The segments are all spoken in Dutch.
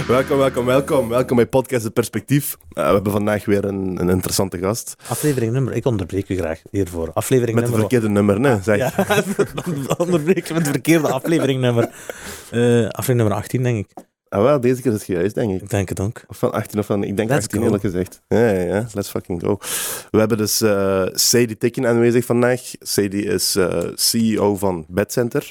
Welkom bij Podcast Het Perspectief. We hebben vandaag weer een interessante gast. Aflevering nummer, ik onderbreek u graag hiervoor. Aflevering met nummer... het verkeerde nummer, nee, zeg. Ja, onderbreek met het verkeerde afleveringnummer. Aflevering nummer 18, denk ik. Ah, wel, deze keer is het juist, denk ik. Ik denk het ook. Of van 18 of van, ik denk Let's 18 go. eerlijk gezegd. Ja, let's fucking go. We hebben dus Sadie Tikken aanwezig vandaag. Sadie is CEO van Bedcenter.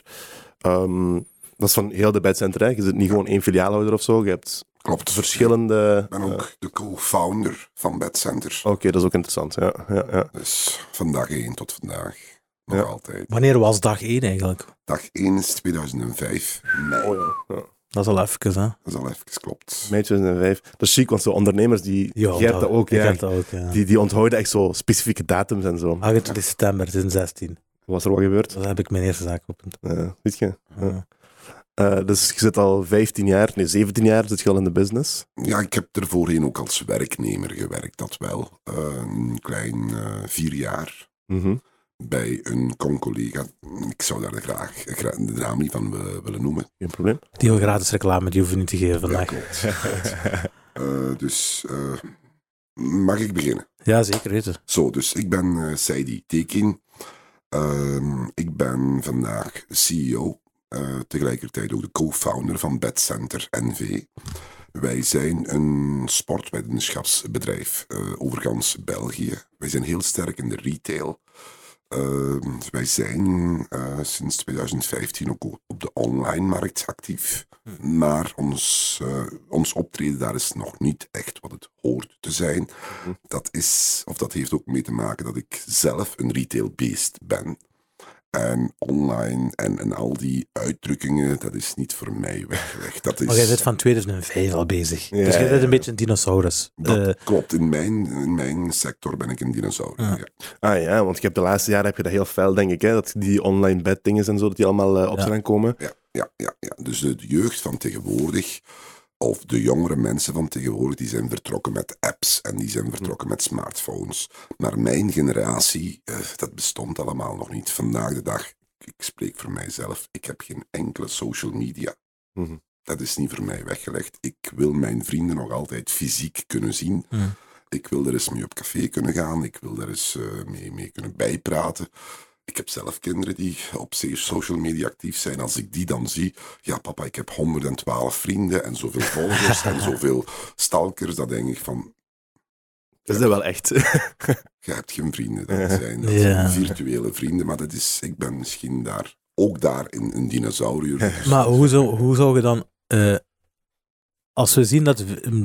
Dat is van heel de Bedcenter, hè. Je zit niet gewoon één filiaalhouder of zo. Je hebt Klopt. verschillende... Ik ben ook de co-founder van Bedcenter. Oké, dat is ook interessant, ja. Dus van dag 1 tot vandaag. Nog altijd. Wanneer was dag 1 eigenlijk? Dag 1 is 2005. Mei. Oh ja. Dat is al even, hè? Dat is al even, klopt. Mei 2005. Dat is chic, want zo ondernemers, die... Ja, jij hebt dat ook, ik ja. heb dat ook, ja. Die onthouden echt zo specifieke datums en zo. 28 september 2016. Was er wat gebeurd? Dat heb ik mijn eerste zaak geopend. Weet je? Ja. Dus je zit al 17 jaar zit je al in de business. Ja, ik heb er voorheen ook als werknemer gewerkt, dat wel. Een klein 4 jaar bij een con-collega. Ik zou daar graag de naam niet van willen noemen. Geen probleem. Die wil gratis reclame, die hoeven niet te geven vandaag. Ja, klopt. Dus mag ik beginnen? Ja, zeker weten. Zo, dus ik ben Sadie Tikken. Ik ben vandaag CEO, tegelijkertijd ook de co-founder van Bedcenter NV. Wij zijn een sportwetenschapsbedrijf over België. Wij zijn heel sterk in de retail. Wij zijn sinds 2015 ook op de online markt actief. Maar ons optreden daar is nog niet echt wat het hoort te zijn. Dat heeft ook mee te maken dat ik zelf een retail-beest ben. En online en al die uitdrukkingen, dat is niet voor mij weggelegd. Maar jij bent van 2005 al bezig. Ja, dus jij bent ja. een beetje een dinosaurus. Dat klopt, in mijn sector ben ik een dinosaurus. Ja. Ja. Ah ja, want je hebt de laatste jaren heb je dat heel fel, denk ik, hè? Dat die online beddingen en zo, dat die allemaal op zijn aankomen. Ja. Dus de jeugd van tegenwoordig, of de jongere mensen van tegenwoordig, die zijn vertrokken met apps en die zijn vertrokken met smartphones. Maar mijn generatie, dat bestond allemaal nog niet. Vandaag de dag, ik spreek voor mijzelf, ik heb geen enkele social media. Dat is niet voor mij weggelegd. Ik wil mijn vrienden nog altijd fysiek kunnen zien. Ik wil er eens mee op café kunnen gaan. Ik wil er eens mee kunnen bijpraten. Ik heb zelf kinderen die op social media actief zijn. Als ik die dan zie, ja papa, ik heb 112 vrienden en zoveel volgers en zoveel stalkers, dan denk ik van... Is dat wel echt? Je hebt geen vrienden, dat zijn virtuele vrienden, maar ik ben misschien ook daar in een dinosaurier. Dus Maar hoe zou je dan... als we zien dat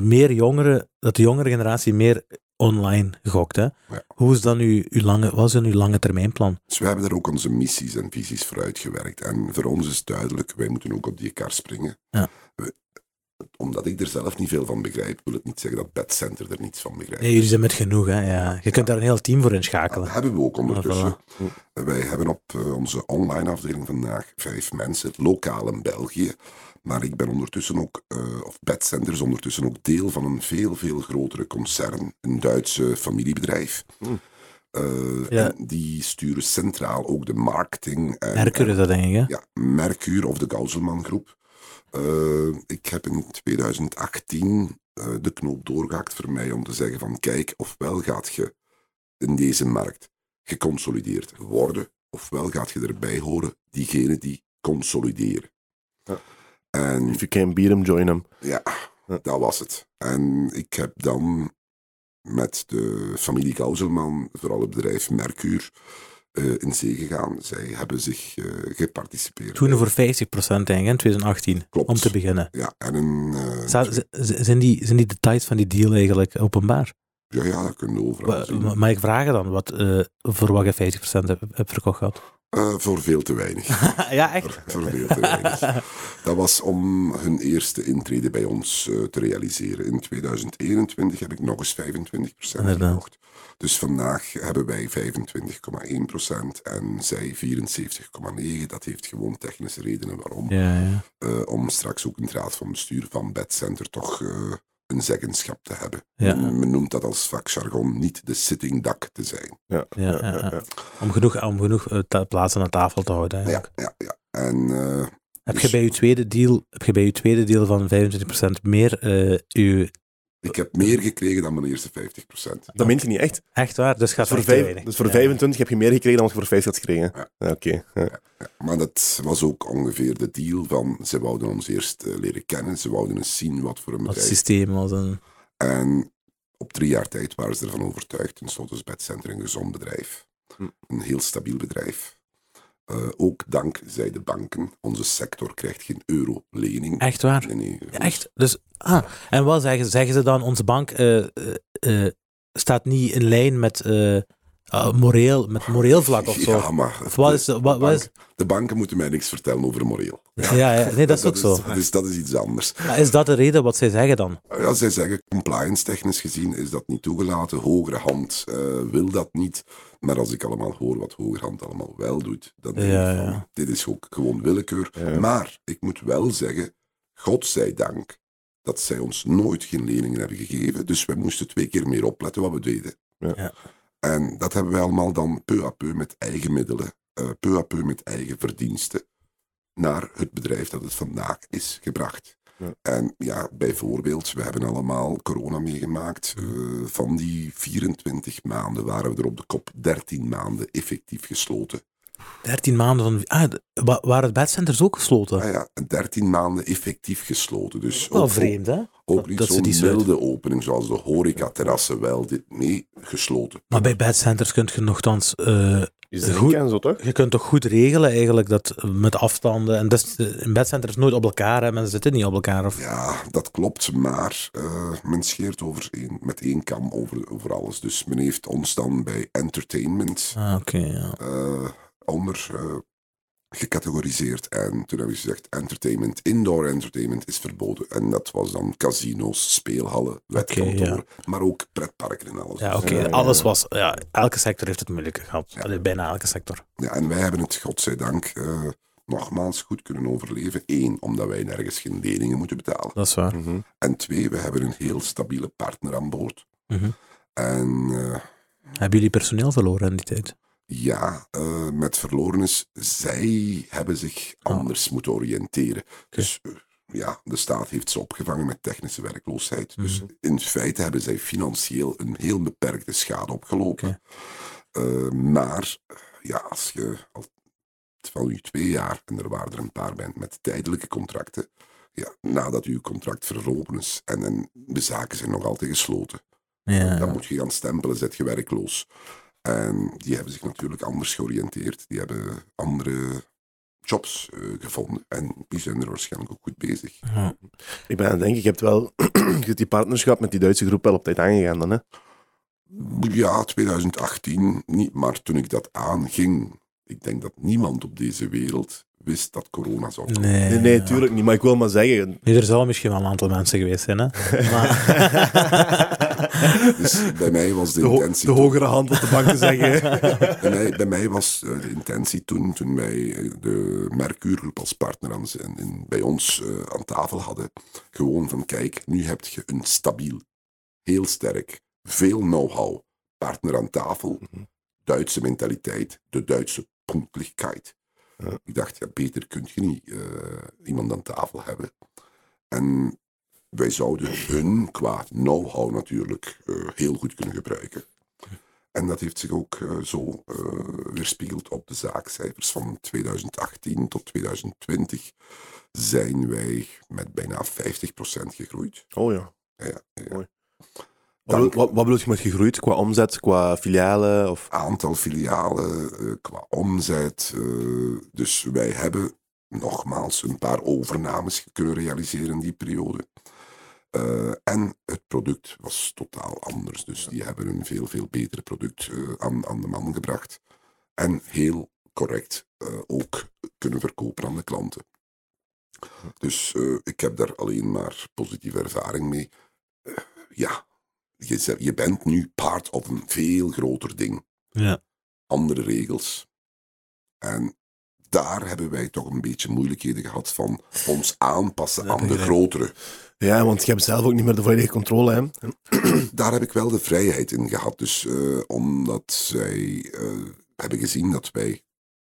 de jongere generatie meer online gokt, hè? Ja. Hoe is dan wat is dan uw lange termijnplan? Dus we hebben daar ook onze missies en visies voor uitgewerkt. En voor ons is duidelijk, wij moeten ook op die kar springen. Ja. Omdat ik er zelf niet veel van begrijp, wil het niet zeggen dat Bedcenter er niets van begrijpt. Nee, jullie zijn met genoeg, hè? Ja. Je kunt daar een heel team voor inschakelen. Dat hebben we ook ondertussen. Voilà. Wij hebben op onze online afdeling vandaag 5 mensen, lokaal in België. Maar ik ben ondertussen ook, of Bedcenter is ondertussen ook deel van een veel, veel grotere concern. Een Duitse familiebedrijf. En die sturen centraal ook de marketing. Mercur is dat, denk ik, hè? Ja, Mercur of de Gauselman groep. Ik heb in 2018 de knoop doorgehakt voor mij om te zeggen van kijk, ofwel gaat je in deze markt geconsolideerd worden, ofwel gaat je erbij horen diegenen die consolideren. Ja. En, If you can't beat them, join them. ja, dat was het. En ik heb dan met de familie Gauselman, vooral het bedrijf Mercur, in zee gegaan. Zij hebben zich geparticipeerd. Toen voor 50%, denk ik, in 2018. Klopt. Om te beginnen. Ja, en Zijn die details van die deal eigenlijk openbaar? ja, dat kunnen we overal zien. Mag ik vragen dan, voor wat je 50% hebt verkocht gehad? Voor veel te weinig. Ja, echt? Voor veel te weinig. Dat was om hun eerste intrede bij ons te realiseren. In 2021 heb ik nog eens 25% verkocht. Dus vandaag hebben wij 25,1% en zij 74,9%. Dat heeft gewoon technische redenen waarom. Ja. Om straks ook in de raad van bestuur van Bedcenter toch een zeggenschap te hebben. Ja. Men noemt dat als vakjargon niet de sitting duck te zijn. Ja. Om genoeg plaatsen aan tafel te houden, eigenlijk. Ja. En Heb je Dus bij je tweede deal van 25% meer ik heb meer gekregen dan mijn eerste 50%. Dat meent je niet echt. echt waar? Dus gaat Voor echt te weinig. dus voor 25 heb je meer gekregen dan als je voor 50 had gekregen. Ja. Ja, oké. Ja. Maar dat was ook ongeveer de deal van, ze wouden ons eerst leren kennen, ze wouden eens zien wat voor een Wat het bedrijf. systeem was. En op 3 jaar tijd waren ze ervan overtuigd, tenslotte is Bedcenter een gezond bedrijf. Een heel stabiel bedrijf. Ook dankzij de banken. Onze sector krijgt geen euro lening. Echt waar? Nee, Ja, echt? Dus, en wat zeggen ze? Zeggen ze dan, onze bank staat niet in lijn met moreel vlak of zo? Ja, maar Of wat is, de banken moeten mij niks vertellen over moreel. ja, nee, dat is ook zo. Dat is iets anders. Maar is dat de reden wat zij zeggen dan? Ja, zij zeggen, compliance technisch gezien is dat niet toegelaten. Hogere hand wil dat niet. Maar als ik allemaal hoor wat hogerhand allemaal wel doet, dan denk ik van, dit is ook gewoon willekeur. Ja. Maar ik moet wel zeggen, godzijdank, dat zij ons nooit geen leningen hebben gegeven. Dus wij moesten 2 keer meer opletten wat we deden. Ja. En dat hebben wij allemaal dan peu à peu met eigen middelen, peu à peu met eigen verdiensten, naar het bedrijf dat het vandaag is gebracht. Ja. En ja, bijvoorbeeld, we hebben allemaal corona meegemaakt. Van die 24 maanden waren we er op de kop 13 maanden effectief gesloten. 13 maanden van... waren het bedcenters ook gesloten? Ah ja, 13 maanden effectief gesloten. Dus Wel ook vreemd, hè? Ook niet dat ze zo'n die sluiten. milde opening zoals de horecaterrassen wel. Nee, gesloten. Maar bij bedcenters kun je nogthans... Is dat goed, en zo, toch? je kunt toch goed regelen eigenlijk, dat met afstanden... En dus, een bedcenter is nooit op elkaar, hè? Mensen zitten niet op elkaar. Of... Ja, dat klopt, maar men scheert met één kam over alles. Dus men heeft ons dan bij entertainment oké, ja. onder gecategoriseerd. En toen hebben we gezegd, indoor entertainment is verboden. En dat was dan casino's, speelhallen, wetkantoren, maar ook pretparken en alles. Ja, oké. Alles was... Ja, elke sector heeft het moeilijk gehad. Ja. Allee, bijna elke sector. Ja, en wij hebben het, godzijdank, nogmaals goed kunnen overleven. 1, omdat wij nergens geen leningen moeten betalen. Dat is waar. En 2, we hebben een heel stabiele partner aan boord. En... hebben jullie personeel verloren in die tijd? Ja, met verloren is, zij hebben zich anders moeten oriënteren. Okay. Dus ja, de staat heeft ze opgevangen met technische werkloosheid. Dus in feite hebben zij financieel een heel beperkte schade opgelopen. Maar ja, als je al van nu 2 jaar, en er waren er een paar bij met tijdelijke contracten, ja, nadat uw contract verlopen is en de zaken zijn nog altijd gesloten, dan moet je gaan stempelen, zet je werkloos. En die hebben zich natuurlijk anders georiënteerd. Die hebben andere jobs gevonden. En die zijn er waarschijnlijk ook goed bezig. Ja. Ik ben aan het denken, je hebt wel die partnerschap met die Duitse groep wel op tijd aangegaan dan, hè? Ja, 2018 niet. Maar toen ik dat aanging, ik denk dat niemand op deze wereld wist dat corona zou komen. Nee, tuurlijk niet. Maar ik wil maar zeggen... Nee, er zal misschien wel een aantal mensen geweest zijn, hè? Maar... Dus bij mij was de intentie... De hogere hand op de bank te zeggen. bij mij was de intentie toen wij de Mercure als partner bij ons aan tafel hadden, gewoon van kijk, nu heb je een stabiel, heel sterk, veel know-how partner aan tafel, Duitse mentaliteit, de Duitse punktlichkeit. Ik dacht, ja, beter kun je niet iemand aan tafel hebben. En wij zouden hun qua know-how natuurlijk heel goed kunnen gebruiken. En dat heeft zich ook zo weerspiegeld op de zaakcijfers. Van 2018 tot 2020 zijn wij met bijna 50% gegroeid. Oh ja. Ja. Mooi. Wat bedoel je met gegroeid? Qua omzet, qua filialen? Of? Aantal filialen, qua omzet. Dus wij hebben nogmaals een paar overnames kunnen realiseren in die periode. En het product was totaal anders. Dus die hebben een veel, veel beter product aan de man gebracht. En heel correct ook kunnen verkopen aan de klanten. Dus ik heb daar alleen maar positieve ervaring mee. Ja, je bent nu part of een veel groter ding. Ja. Andere regels. En daar hebben wij toch een beetje moeilijkheden gehad van ons aanpassen aan de grotere. Ja, want je hebt zelf ook niet meer de volledige controle, hè? Daar heb ik wel de vrijheid in gehad. Dus omdat zij hebben gezien dat wij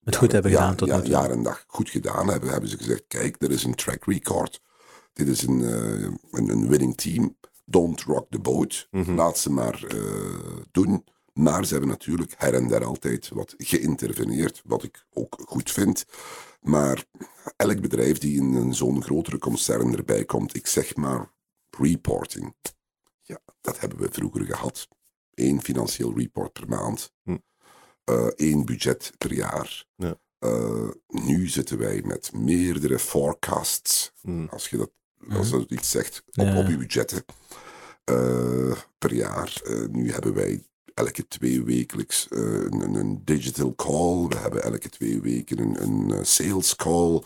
Het goed hebben gedaan tot nu toe. Jaar en dag goed gedaan hebben ze gezegd, kijk, er is een track record. Dit is een winning team. Don't rock the boat. Laat ze maar doen. Maar ze hebben natuurlijk her en der altijd wat geïnterveneerd, wat ik ook goed vind. Maar elk bedrijf die in zo'n grotere concern erbij komt, ik zeg maar reporting. Ja, dat hebben we vroeger gehad. 1 financieel report per maand. 1 budget per jaar. Ja. Nu zitten wij met meerdere forecasts. Als dat iets zegt, op je budgetten. Per jaar. Nu hebben wij elke 2 wekelijks een digital call. We hebben elke 2 weken een sales call.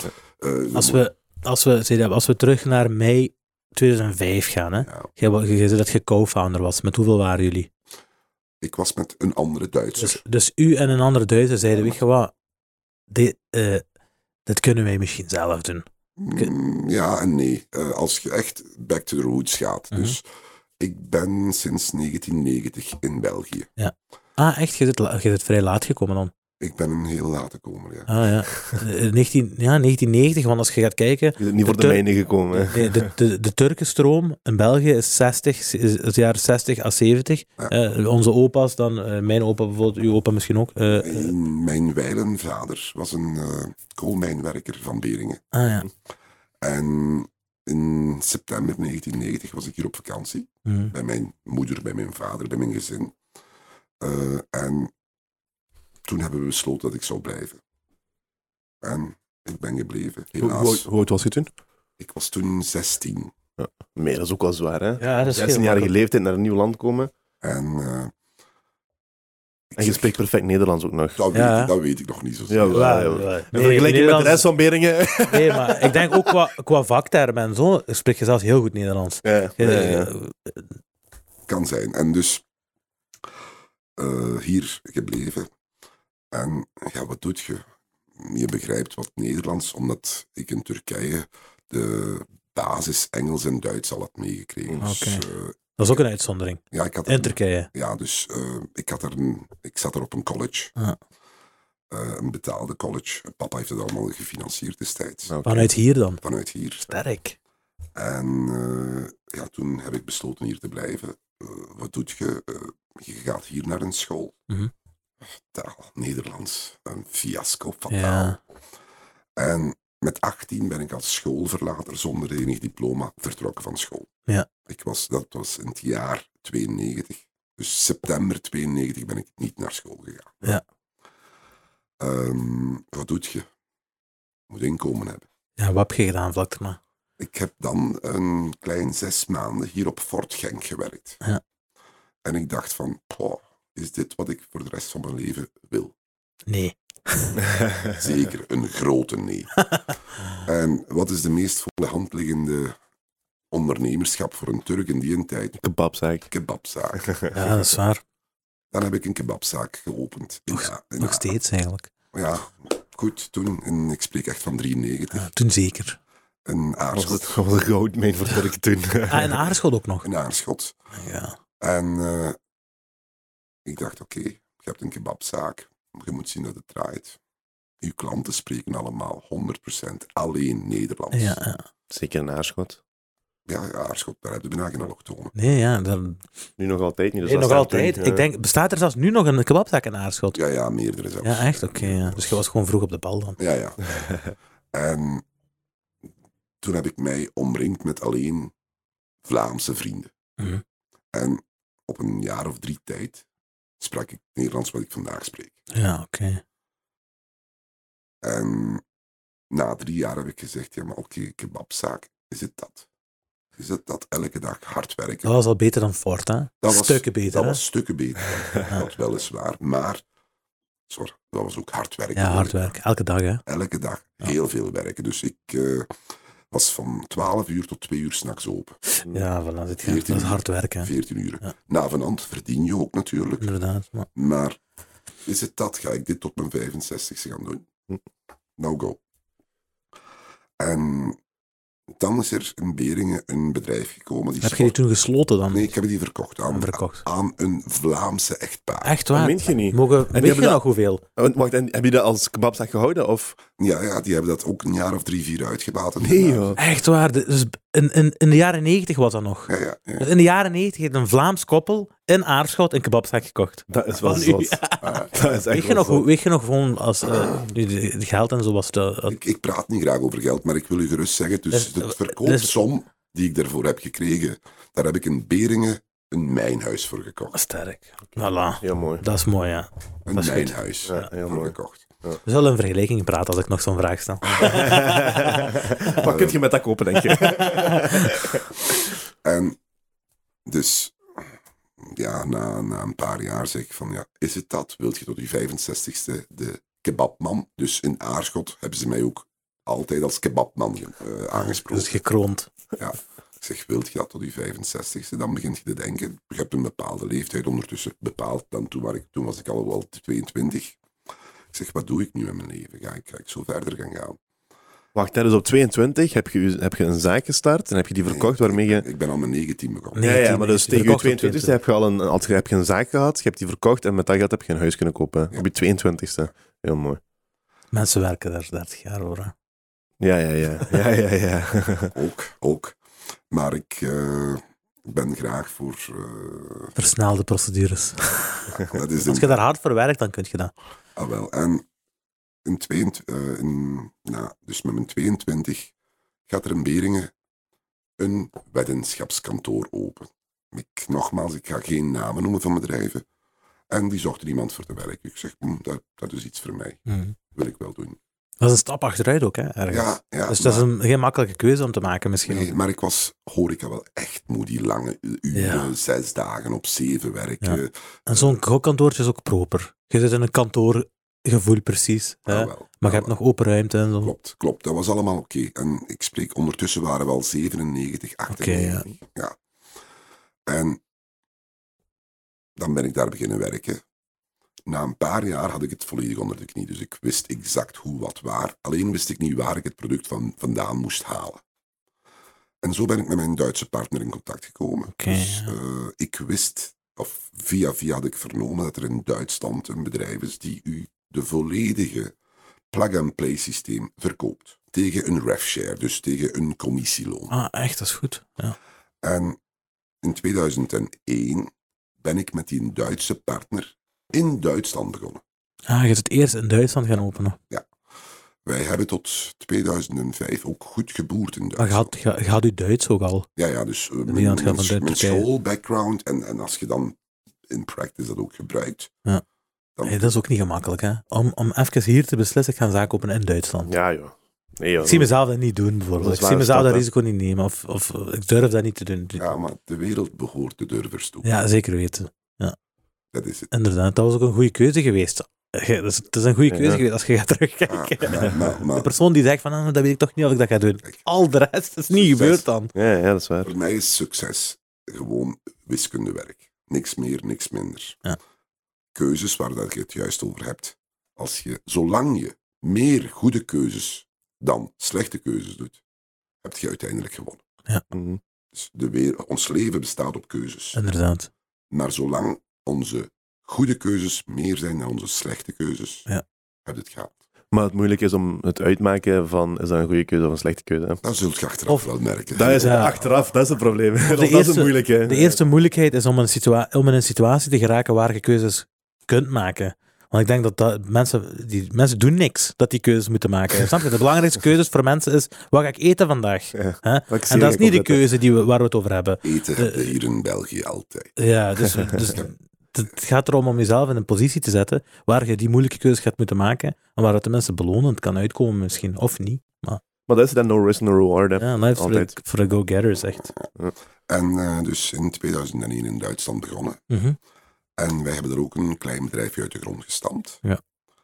Als we terug naar mei 2005 gaan, hè? Ja. Je zei dat je co-founder was. Met hoeveel waren jullie? Ik was met een andere Duitser. Dus u en een andere Duitser zeiden, weet je wat, dit kunnen wij misschien zelf doen. Ja en nee. Als je echt back to the roots gaat. Dus ik ben sinds 1990 in België. Ja. Ah, echt? Je bent vrij laat gekomen dan? Ik ben een heel late komer, ja. Ah ja. 1990, want als je gaat kijken... Je bent niet voor de mijne gekomen. Hè? Nee, de Turkenstroom in België is het jaar 60 à 70. Ja. Onze opa's dan, mijn opa bijvoorbeeld, uw opa misschien ook. Mijn wijlenvader was een koolmijnwerker van Beringen. Ah ja. En in september 1990 was ik hier op vakantie. Bij mijn moeder, bij mijn vader, bij mijn gezin. En toen hebben we besloten dat ik zou blijven. En ik ben gebleven, helaas. Hoe oud was je toen? Ik was toen 16. Ja. Meer, dat is ook wel zwaar, hè? Ja, dat is 16-jarige leeftijd naar een nieuw land komen. En je spreekt perfect Nederlands ook nog. Dat weet ik nog niet zo zeker. In vergelijking met de rest van Beringen. Nee, maar ik denk ook qua vaktermen en zo, spreek je zelfs heel goed Nederlands. Ja. Kan zijn. En dus hier gebleven. En ja, wat doet je? Je begrijpt wat Nederlands, omdat ik in Turkije de basis Engels en Duits al had meegekregen. Okay. Dus, dat is ook een uitzondering. Ja, ik had in Turkije. Ja, dus ik zat er op een college. Een betaalde college. Papa heeft het allemaal gefinancierd destijds. Okay. Vanuit hier dan? Vanuit hier. Sterk. En toen heb ik besloten hier te blijven. Wat doet je? Je gaat hier naar een school. Taal, Nederlands. Een fiasco, fataal. Ja. En met 18 ben ik als schoolverlater zonder enig diploma vertrokken van school. Ja. Dat was in het jaar 92. Dus september 92 ben ik niet naar school gegaan. Ja. Wat doet je? Je moet inkomen hebben. Ja, wat heb je gedaan vlak daarna? Ik heb dan een klein 6 maanden hier op Fort Genk gewerkt. Ja. En ik dacht van, is dit wat ik voor de rest van mijn leven wil? Nee. Zeker, een grote nee. En wat is de meest voor de hand liggende ondernemerschap voor een Turk in die tijd? Kebabzaak. Kebabzaak. Ja, dat is waar. Dan heb ik een kebabzaak geopend. Nog steeds eigenlijk. Ja, goed, toen, ik spreek echt van 93. Ja, toen zeker. Een Aarschot. Dat was een goudmijn voor Turk toen. Een Aarschot ook nog? Een Aarschot. Ja. En ik dacht, oké, je hebt een kebabzaak. Je moet zien dat het draait. Uw klanten spreken allemaal 100% alleen Nederlands. Ja. Zeker een Aarschot. Ja, Aarschot, daar hebben we bijna geen allochtonen. Nee, ja. Nu nog altijd niet. Dus nog altijd. Toen, ik denk, bestaat er zelfs nu nog een kebabzaak in Aarschot? Ja, meerdere zelfs. Ja, echt? Oké, ja. Dus je was gewoon vroeg op de bal dan? Ja. En toen heb ik mij omringd met alleen Vlaamse vrienden. En op een jaar of 3 tijd sprak ik Nederlands wat ik vandaag spreek. Ja, oké. En na 3 jaar heb ik gezegd, ja, maar oké, kebabzaak, is het dat? Is het dat elke dag hard werken? Dat was al beter dan Fort, hè? Stukken beter, Dat was stukken beter, dat weliswaar. Maar, dat was ook hard werken. Ja, hard werken. Elke dag, hè? Elke dag. Heel veel werken. Dus ik was van 12 uur tot 2 uur 's nachts open. Ja, voilà, dat is hard werken. 14 uur. Ja. Na vanavond verdien je ook natuurlijk. Inderdaad. Maar is het dat? Ga ik dit tot mijn 65e gaan doen? No go. En Dan is er in Beringen een bedrijf gekomen. Heb je die toen gesloten dan? Nee, ik heb die verkocht aan een Vlaamse echtpaar. Echt Dat waar? meen je niet. Weet je nog hoeveel? Wacht, en heb je dat als kebabzak gehouden? Of? Ja, die hebben dat ook een jaar of 3, 4 uitgebaten. Nee, joh. Echt waar. Dus in de jaren 90 was dat nog. Ja. Dus in de jaren 90 heeft een Vlaams koppel in Aarschot een kebabzak gekocht. Dat is wel Van zot. u. Dat is echt Weet je nog gewoon als de geld en zo was het... Ik praat niet graag over geld, maar ik wil u gerust zeggen, dus de verkoopsom die ik daarvoor heb gekregen, daar heb ik in Beringen een mijnhuis voor gekocht. Sterk. Voilà. heel mooi. Dat is mooi, ja. Een dat is goed. mijnhuis Ja, heel voor mooi. gekocht. We zullen een vergelijking praten als ik nog zo'n vraag stel. Wat kun je met dat kopen, denk je? En dus, ja, na een paar jaar zeg ik van, ja, is het dat? Wilt je tot je 65ste de kebabman? Dus in Aarschot hebben ze mij ook altijd als kebabman aangesproken. Dus gekroond. Ja. Ik zeg, wilt je dat tot je 65ste? Dan begint je te denken, je hebt een bepaalde leeftijd ondertussen bepaald. Dan toen was ik al wel 22. Ik zeg, wat doe ik nu met mijn leven? Ga ik zo verder gaan? Wacht, dus op 22 heb je een zaak gestart en heb je die verkocht waarmee je... Ik ben al mijn 19 begonnen. Nee. Ja, maar dus je tegen je verkocht op 22e heb je al heb je een zaak gehad, je hebt die verkocht en met dat geld heb je een huis kunnen kopen. Ja. Op je 22e. Heel mooi. Mensen werken daar 30 jaar hoor. Hè. Ja. Ook. Maar ik ben graag voor... Versnelde procedures. dat is Als je daar hard voor werkt, dan kun je dat. Ah, wel. En dus met mijn 22 gaat er in Beringen een weddenschapskantoor open. Nogmaals, ik ga geen namen noemen van bedrijven. En die zochten iemand voor te werken. Ik zeg, dat is iets voor mij. Wil ik wel doen. Dat is een stap achteruit ook, hè? Ergens. Ja, Dus dat is geen makkelijke keuze om te maken misschien. Nee, maar ik was horeca wel echt moe. Die lange uren, 6 dagen op 7 werken. Ja. En zo'n kantoortje is ook proper. Je zit in een kantoorgevoel precies. Hè? Maar je hebt nog open ruimte en zo. Klopt. Dat was allemaal oké. En ik spreek, ondertussen waren we al 97, 98. Ja. En dan ben ik daar beginnen werken. Na een paar jaar had ik het volledig onder de knie. Dus ik wist exact hoe, wat, waar. Alleen wist ik niet waar ik het product vandaan moest halen. En zo ben ik met mijn Duitse partner in contact gekomen. Dus ik wist, of via had ik vernomen, dat er in Duitsland een bedrijf is die u de volledige plug-and-play systeem verkoopt. Tegen een rev-share, dus tegen een commissieloon. Ah, echt, dat is goed. Ja. En in 2001 ben ik met die Duitse partner in Duitsland begonnen. Ah, je hebt het eerst in Duitsland gaan openen. Ja. Wij hebben tot 2005 ook goed geboerd in Duitsland. Maar je had je Duits ook al? Ja, dus mijn schoolbackground en als je dan in practice dat ook gebruikt. Ja. Dan... Hey, dat is ook niet gemakkelijk, hè? Om even hier te beslissen, ik ga een zaak openen in Duitsland. Ja, joh. Nee, joh. Ik zie mezelf dat niet doen, bijvoorbeeld. Ik zie mezelf dat risico niet nemen. Of ik durf dat niet te doen. Ja, maar de wereld behoort de durvers toe. Ja, zeker weten. Ja. Dat is het. Inderdaad, dat was ook een goede keuze geweest. Het is een goede keuze geweest als je gaat terugkijken. Maar de persoon die zegt van, dat weet ik toch niet of ik dat ga doen. Al de rest is niet gebeurd dan. Ja, dat is waar. Voor mij is succes gewoon wiskundewerk. Niks meer, niks minder. Ja. Keuzes waar dat je het juist over hebt. Zolang je meer goede keuzes dan slechte keuzes doet, heb je uiteindelijk gewonnen. Ja. Dus ons leven bestaat op keuzes. Inderdaad. Maar zolang onze goede keuzes meer zijn dan onze slechte keuzes, heb je het gehaald. Maar het moeilijke is om het uitmaken van, is dat een goede keuze of een slechte keuze? Hè? Dat zult je achteraf wel merken. Dat is achteraf, dat is het probleem. Dat is het moeilijke. De eerste moeilijkheid is om in een situatie te geraken waar je keuzes kunt maken. Want ik denk dat mensen doen niks dat die keuzes moeten maken. Snap je? De belangrijkste keuzes voor mensen is, wat ga ik eten vandaag? Ja. En dat is niet de keuze waar we het over hebben. Eten heb je hier in België altijd. Ja, dus het gaat erom om jezelf in een positie te zetten waar je die moeilijke keuzes gaat moeten maken en waar het de mensen belonend kan uitkomen misschien, of niet. Maar dat is dan no risk, no reward. Hè. Ja, life for the go-getters, echt. Ja. En dus in 2001 in Duitsland begonnen. En wij hebben er ook een klein bedrijfje uit de grond gestampt. Ja.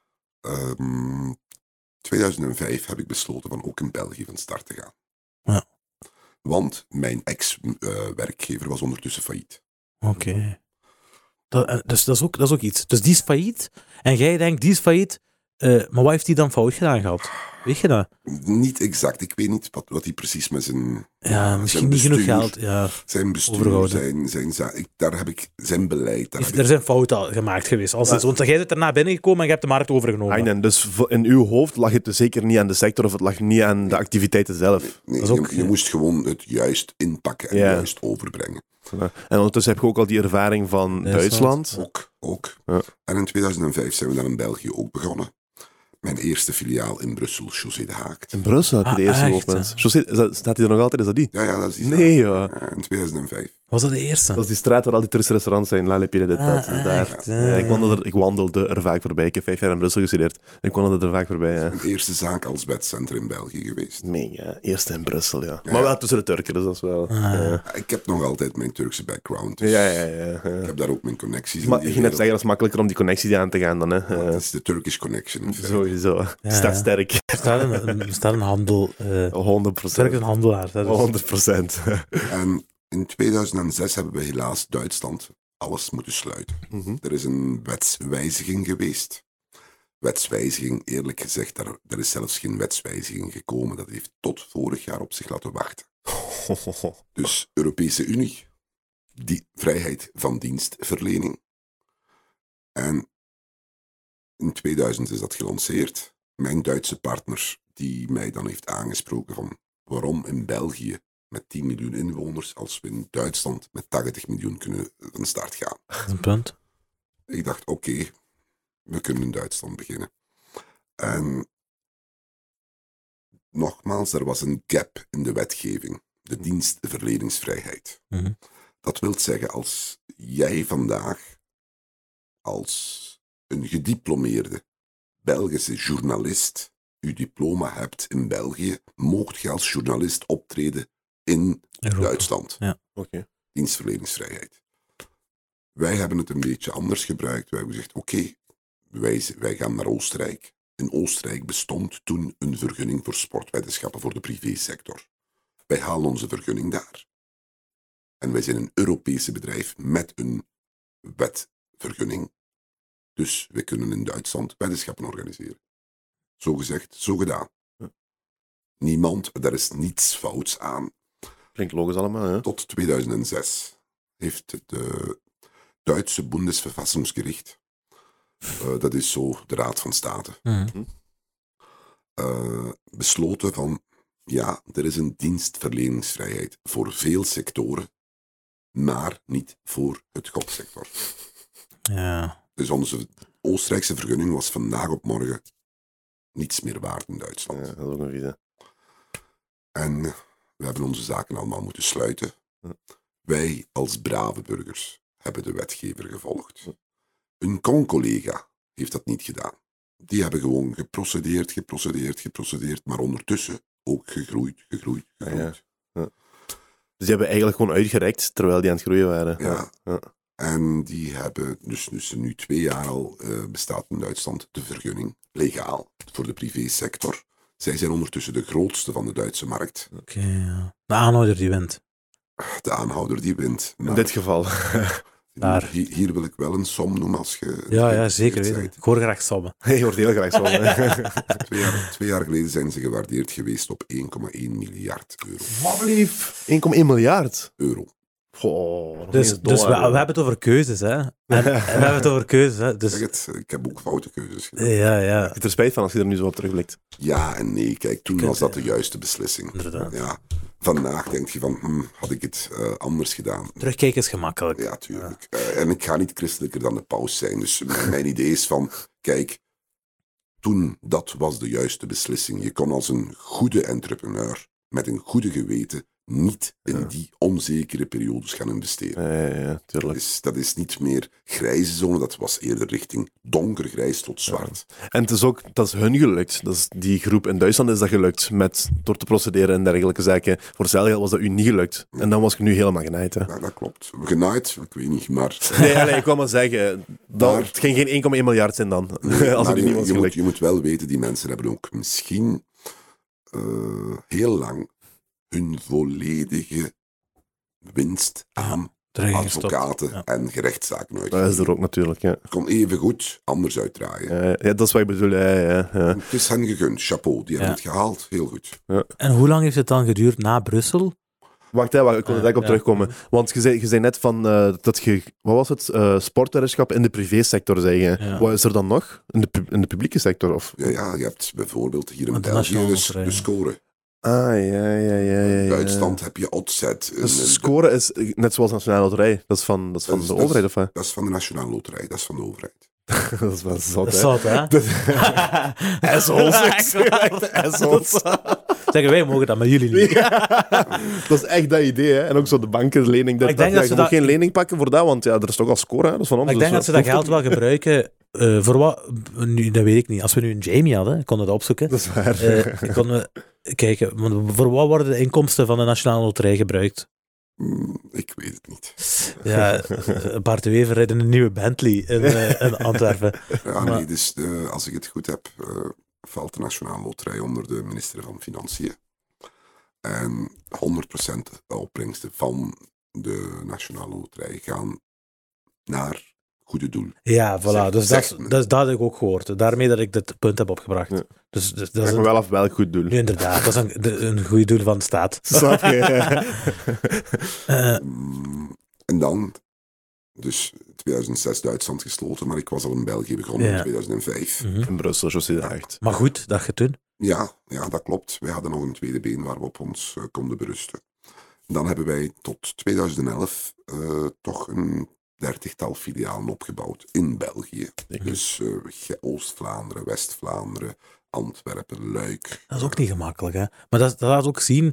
2005 heb ik besloten van ook in België van start te gaan. Ja. Want mijn ex-werkgever was ondertussen failliet. Oké. Dus dat is ook iets. Dus die is failliet. En jij denkt, die is failliet. Maar wat heeft hij dan fout gedaan gehad? Weet je dat? Niet exact. Ik weet niet wat hij precies met zijn... Ja, misschien zijn niet genoeg bestuur, geld. Ja. Zijn bestuur, Overgehouden. daar heb ik zijn beleid. Er zijn fouten al gemaakt geweest. Want jij bent erna binnengekomen en je hebt de markt overgenomen. En dus in uw hoofd lag het dus zeker niet aan de sector of het lag niet aan de activiteiten zelf. Nee, Dat is ook- je moest gewoon het juist inpakken en juist overbrengen. Ja. En ondertussen heb je ook al die ervaring van Duitsland. Ook. Ja. En in 2005 zijn we dan in België ook begonnen. Mijn eerste filiaal in Brussel, José de Haakt. In Brussel heb je de eerste echt, geopend. Staat hij er nog altijd? Is dat die? Ja, dat is die Nee, zaak. joh. Ja, in 2005. Was dat de eerste? Dat is die straat waar al die toeristische restaurants zijn. La Le Pied de Tête. Daar. echt, Ja, ik wandelde er vaak voorbij. Ik heb 5 jaar in Brussel gestudeerd. Ik wandelde er vaak voorbij. Ja. Mijn eerste zaak als bedcenter in België geweest. Mega. Eerst in Brussel, ja. Maar wel tussen de Turken, dus dat is wel... Ik heb nog altijd mijn Turkse background. Dus Ja. ik heb daar ook mijn connecties Maar in. je ging net zeggen, dat is makkelijker om die connecties aan te gaan dan. Hè. Dat is de Turkish connection. In feite. Sowieso. Ja, Staat ja. sterk. Er staat een handel. 100%. Sterk een handelaar. Dat is- 100%. En in 2006 hebben we helaas Duitsland alles moeten sluiten. Er is een wetswijziging geweest. Wetswijziging, eerlijk gezegd, er is zelfs geen wetswijziging gekomen. Dat heeft tot vorig jaar op zich laten wachten. Dus Europese Unie, die vrijheid van dienstverlening. En in 2000 is dat gelanceerd. Mijn Duitse partner, die mij dan heeft aangesproken van waarom in België met 10 miljoen inwoners, als we in Duitsland met 80 miljoen kunnen van start gaan. dat is een punt. Ik dacht, oké, we kunnen in Duitsland beginnen. En nogmaals, er was een gap in de wetgeving. De dienstverleningsvrijheid. Mhm. Dat wil zeggen, als jij vandaag als een gediplomeerde Belgische journalist uw diploma hebt in België, moogt je als journalist optreden in Europa. Duitsland. Ja. Oké. Dienstverleningsvrijheid. Wij hebben het een beetje anders gebruikt. Wij hebben gezegd, oké, wij gaan naar Oostenrijk. In Oostenrijk bestond toen een vergunning voor sportwetenschappen voor de privésector. Wij halen onze vergunning daar. En wij zijn een Europese bedrijf met een wetvergunning. Dus we kunnen in Duitsland wetenschappen organiseren. Zo gezegd, zo gedaan. Daar is niets fouts aan. Klinkt logisch allemaal, hè? Tot 2006 heeft het Duitse Bundesverfassungsgericht, dat is zo de Raad van State, Mhm. besloten van, ja, er is een dienstverleningsvrijheid voor veel sectoren, maar niet voor het godsector. Ja. Dus onze Oostenrijkse vergunning was vandaag op morgen niets meer waard in Duitsland. Ja, dat is ook een vieze. En we hebben onze zaken allemaal moeten sluiten. Wij als brave burgers hebben de wetgever gevolgd. Een con-collega heeft dat niet gedaan. Die hebben gewoon geprocedeerd, maar ondertussen ook gegroeid. Ja. Dus die hebben eigenlijk gewoon uitgerekt terwijl die aan het groeien waren. Ja. Ja. En die hebben dus nu 2 jaar al bestaat in Duitsland de vergunning, legaal, voor de privésector. Zij zijn ondertussen de grootste van de Duitse markt. Oké, ja. De aanhouder die wint. De aanhouder die wint. In dit geval. Daar. Hier wil ik wel een som noemen als je... Ja, zeker weten. bent. Ik hoor graag sommen. Je wordt heel graag zo. 2 jaar geleden zijn ze gewaardeerd geweest op 1,1 miljard euro. Wat lief. 1,1 miljard. Euro. Goh, nog Dus eens we dollar. hebben het over keuzes, hè. En we hebben het over keuzes, hè. Zeg Dus, het, ik heb ook foute keuzes gedaan. ja. Ik heb er spijt van als je er nu zo op terugblikt. Ja en nee, kijk, toen was dat de juiste beslissing. Inderdaad. Ja, vandaag denk je van, had ik het anders gedaan? Terugkijken is gemakkelijk. Ja, tuurlijk. En ik ga niet christelijker dan de paus zijn. Dus mijn idee is van, kijk, toen dat was de juiste beslissing. Je kon als een goede entrepreneur, met een goede geweten, niet in die onzekere periodes gaan investeren. Ja, tuurlijk. Dus dat is niet meer grijze zone, dat was eerder richting donkergrijs tot zwart. En het is ook, dat is hun gelukt. Dat is die groep in Duitsland is dat gelukt, door te procederen en dergelijke zaken. Voor Zelgeld was dat u niet gelukt. En dan was je nu helemaal genaaid. Hè. Ja, dat klopt. Genaaid, ik weet niet, maar... Nee, ik wil maar zeggen, het ging geen 1,1 miljard zijn dan. Als het maar niet was gelukt. je moet wel weten, die mensen hebben ook misschien heel lang hun volledige winst aan advocaten en gerechtszaken Dat uitvoeren. is er ook natuurlijk, ja. Kon even goed anders uitdraaien. Ja, dat is wat ik bedoel, ja. Het is hen gegund, chapeau, die hebben het gehaald, heel goed. En hoe lang heeft het dan geduurd na Brussel? Wacht, ik kon er direct op terugkomen. Want je zei net van dat je, wat was het, sportweddenschap in de privésector, zei je. Ja. Wat is er dan nog? In de publieke sector? Of? Ja, je hebt bijvoorbeeld hier in Want de België nationale de score. Ja. Duitsland heb je Oddset. Dus scoren is net zoals Nationale Loterij. Dat is van de overheid, of wat? Dat is van de Nationale Loterij, dat is van de overheid. Dat is wel zot, Dat is hè? zot, hè? Assholes. Zeggen wij mogen dat, maar jullie niet. Dat is echt dat idee, hè? En ook zo de bankenlening. Ik denk dat ze je dat- moet geen lening pakken voor dat, want ja, er is toch al score, hè? Dat is van ons. Maar ik denk dat ze dat geld wel gebruiken voor wat... Nu, dat weet ik niet. Als we nu een Jamie hadden, konden we dat opzoeken. Dat is waar. Konden we kijken, want voor wat worden de inkomsten van de Nationale Loterij gebruikt? Ik weet het niet. Ja, Bart de Wever rijdt in een nieuwe Bentley in Antwerpen. Ja, Maar- nee, dus als ik het goed heb, valt de Nationale Loterij onder de minister van Financiën. En 100% de opbrengsten van de Nationale Loterij gaan naar goede doel. Ja, voilà. Dus Zeg- dat heb ik ook gehoord. Daarmee dat ik dit punt heb opgebracht. Ja. Dus dat Ik is me wel af welk goed doel. nu inderdaad, dat is een goede doel van de staat. Snap je? En dan, dus 2006 Duitsland gesloten, maar ik was al in België begonnen Ja. in 2005. Mhm. In Brussel, zo zit het echt. Maar goed, dat je toen. Ja, dat klopt. Wij hadden nog een tweede been waar we op ons konden berusten. Dan hebben wij tot 2011 toch een 30-tal filialen opgebouwd in België. Dus Oost-Vlaanderen, West-Vlaanderen, Antwerpen, Luik. Dat is ook niet gemakkelijk, hè. Maar dat laat ook zien,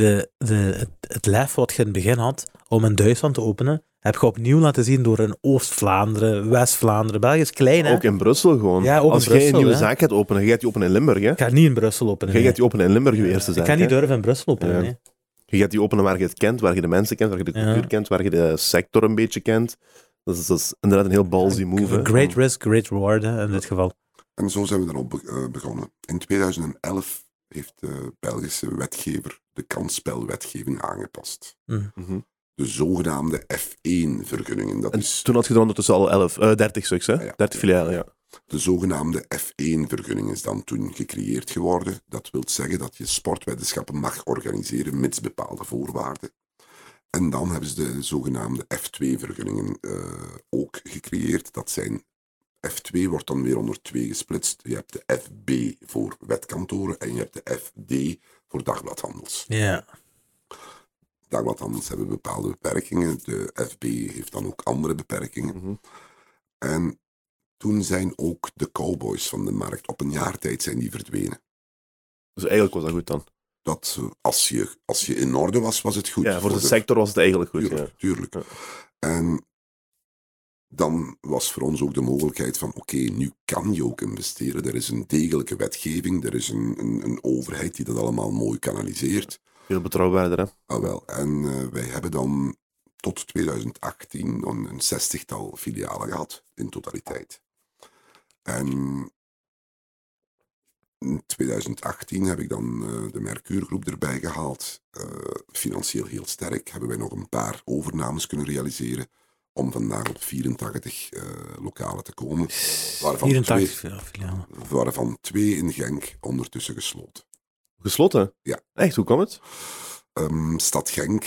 het lef wat je in het begin had om in Duitsland te openen, heb je opnieuw laten zien door in Oost-Vlaanderen, West-Vlaanderen. België is klein, hè. Ook in Brussel gewoon. Ja, ook in Als jij een Brussel, nieuwe hè. zaak gaat openen, je gaat die openen in Limburg, hè? Ik ga niet in Brussel openen. Je nee. gaat die openen in Limburg, je eerste zaak. Ik ga niet hè? durven in Brussel openen, Ja. nee. Je gaat die openen waar je het kent, waar je de mensen kent, waar je de cultuur kent, waar je de sector een beetje kent. Dat is inderdaad een heel ballsy move. hè. Great risk, great reward, hè, in dit geval. En zo zijn we dan begonnen. In 2011 heeft de Belgische wetgever de kansspelwetgeving aangepast. Mhm. De zogenaamde F1-vergunningen. Dat En is toen had je er ondertussen al 30 stuks, hè? Ja. 30 filialen, ja. de zogenaamde F1-vergunning is dan toen gecreëerd geworden. Dat wil zeggen dat je sportweddenschappen mag organiseren mits bepaalde voorwaarden. En dan hebben ze de zogenaamde F2-vergunningen ook gecreëerd. Dat zijn F2 wordt dan weer onder twee gesplitst. Je hebt de FB voor wetkantoren en je hebt de FD voor dagbladhandels. Ja. Dagbladhandels hebben bepaalde beperkingen. De FB heeft dan ook andere beperkingen. Mhm. En toen zijn ook de cowboys van de markt op een jaar tijd zijn die verdwenen. Dus eigenlijk was dat goed dan. Dat als je in orde was, was het goed. Ja, voor de sector was het eigenlijk goed. Tuurlijk, Ja. tuurlijk. Ja. En dan was voor ons ook de mogelijkheid van oké, nu kan je ook investeren. Er is een degelijke wetgeving, er is een overheid die dat allemaal mooi kanaliseert. Veel betrouwbaarder, hè? Ah, wel. En wij hebben dan tot 2018 een 60-tal filialen gehad in totaliteit. En in 2018 heb ik dan de Mercuurgroep erbij gehaald. Financieel heel sterk. Hebben wij nog een paar overnames kunnen realiseren om vandaag op 84 lokalen te komen. Waarvan 84 filialen. waarvan 2 in Genk ondertussen gesloten. Gesloten? Ja. Echt, hoe kwam het? Stad Genk.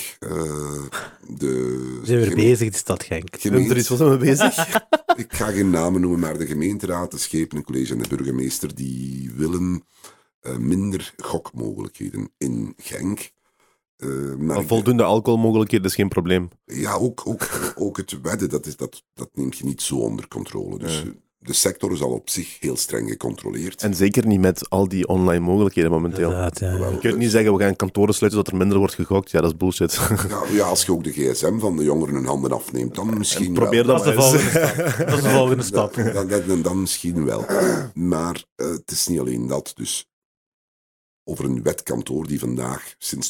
We zijn weer bezig, de stad Genk. Ik ben er iets wat mee bezig. Ik ga geen namen noemen, maar de gemeenteraad, de Schepenencollege en de burgemeester die willen minder gokmogelijkheden in Genk. Maar voldoende alcoholmogelijkheden is geen probleem. Ja, ook het wedden, dat neemt je niet zo onder controle. Dus de sector is al op zich heel streng gecontroleerd. En zeker niet met al die online mogelijkheden momenteel. Inderdaad, ja. Je kunt niet zeggen, we gaan kantoren sluiten zodat er minder wordt gegokt. Ja, dat is bullshit. Ja, als je ook de gsm van de jongeren hun handen afneemt, dan misschien Probeer wel. dat Dat is maar de eens. volgende stap. Dat is de volgende stap. Dan misschien wel. Maar het is niet alleen dat. Dus over een wetkantoor die vandaag sinds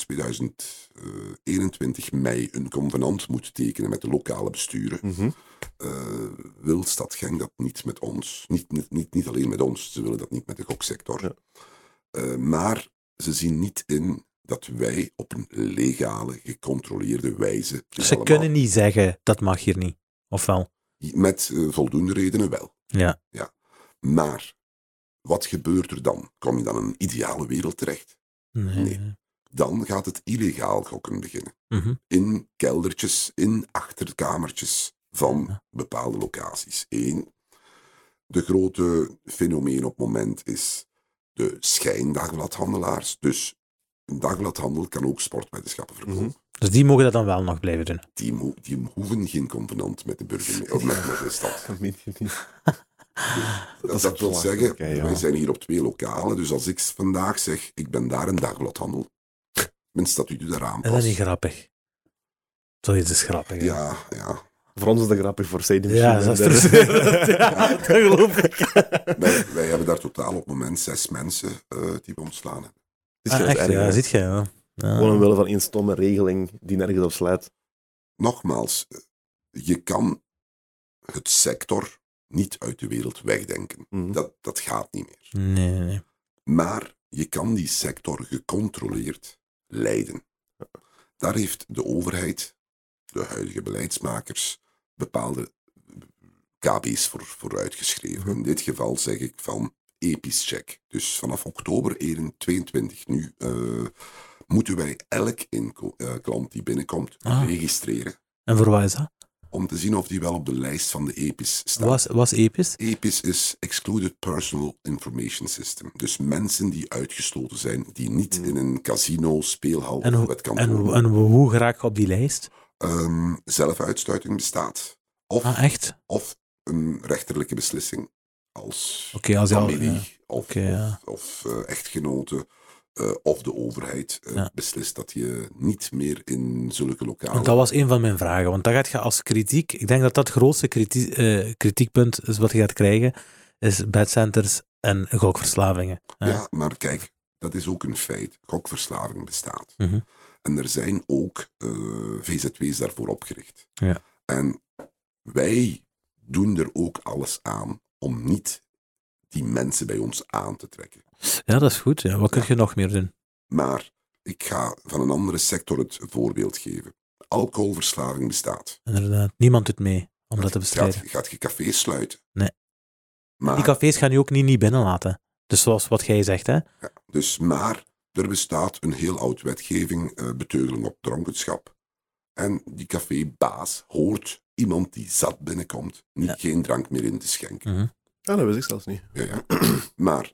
2021 mei een convenant moet tekenen met de lokale besturen, wil Stad Genk dat niet met ons. Niet alleen met ons, ze willen dat niet met de goksector. Ja. Maar ze zien niet in dat wij op een legale, gecontroleerde wijze... Dus ze kunnen niet zeggen, dat mag hier niet. Of wel? Met voldoende redenen wel. Ja. Maar, wat gebeurt er dan? Kom je dan in een ideale wereld terecht? Nee. Dan gaat het illegaal gokken beginnen. Mhm. In keldertjes, in achterkamertjes van bepaalde locaties. 1. De grote fenomeen op het moment is de schijndagblad-handelaars. Dus een dagbladhandel kan ook sportwetenschappen verkopen. Dus die mogen dat dan wel nog blijven doen? Die hoeven geen convenant met de burgemeester of met de stad. Dat meen je niet. Dat wil zeggen, ja. wij zijn hier op 2 lokalen. Dus als ik vandaag zeg, ik ben daar een dagbladhandel. Mijn statuut daar Is aanpas. dat niet grappig? Zoiets is grappig. Hè? Ja. Voor ons is dat grappig, voor Sadie Ja, misschien. dat is frustrerend. Ja, dat geloof ik. Wij hebben daar totaal op het moment 6 mensen die we ontslaan hebben. Het is juist Echt, erg, ja, hè. ziet je. Ja. Gewoon omwille van één stomme regeling die nergens op slaat. Nogmaals, je kan het sector niet uit de wereld wegdenken. Mhm. Dat gaat niet meer. Nee. Maar je kan die sector gecontroleerd leiden. Daar heeft de overheid, de huidige beleidsmakers, bepaalde KB's voor uitgeschreven. In dit geval zeg ik van EPIS-check. Dus vanaf oktober 2022 nu moeten wij elk klant die binnenkomt registreren. En voor wat is dat? Om te zien of die wel op de lijst van de EPIS staat. Was EPIS? EPIS is Excluded Personal Information System. Dus mensen die uitgesloten zijn, die niet in een casino, speelhal of wetkantoor... En hoe raak je op die lijst? Zelfuitsluiting bestaat. Echt? Of een rechterlijke beslissing als Oké, als je al- familie ja. of echtgenoten of de overheid beslist dat je niet meer in zulke lokalen... Want dat was een van mijn vragen. Want dan gaat je als kritiek... Ik denk dat dat het grootste kritiekpunt is wat je gaat krijgen, is bedcenters en gokverslavingen. Ja, maar kijk, dat is ook een feit. Gokverslaving bestaat. Mhm. En er zijn ook VZW's daarvoor opgericht. Ja. En wij doen er ook alles aan om niet die mensen bij ons aan te trekken. Ja, dat is goed. Ja. Wat kun je nog meer doen? Maar ik ga van een andere sector het voorbeeld geven. Alcoholverslaving bestaat. Inderdaad. Niemand doet mee om dat te bestrijden. Gaat je café sluiten? Nee. Maar, Die cafés gaan je ook niet binnenlaten. Dus zoals wat jij zegt, hè? Maar er bestaat een heel oud wetgeving, beteugeling op dronkenschap. En die cafébaas hoort iemand die zat binnenkomt geen drank meer in te schenken. Mhm. Ja, dat wist ik zelfs niet. Ja. Maar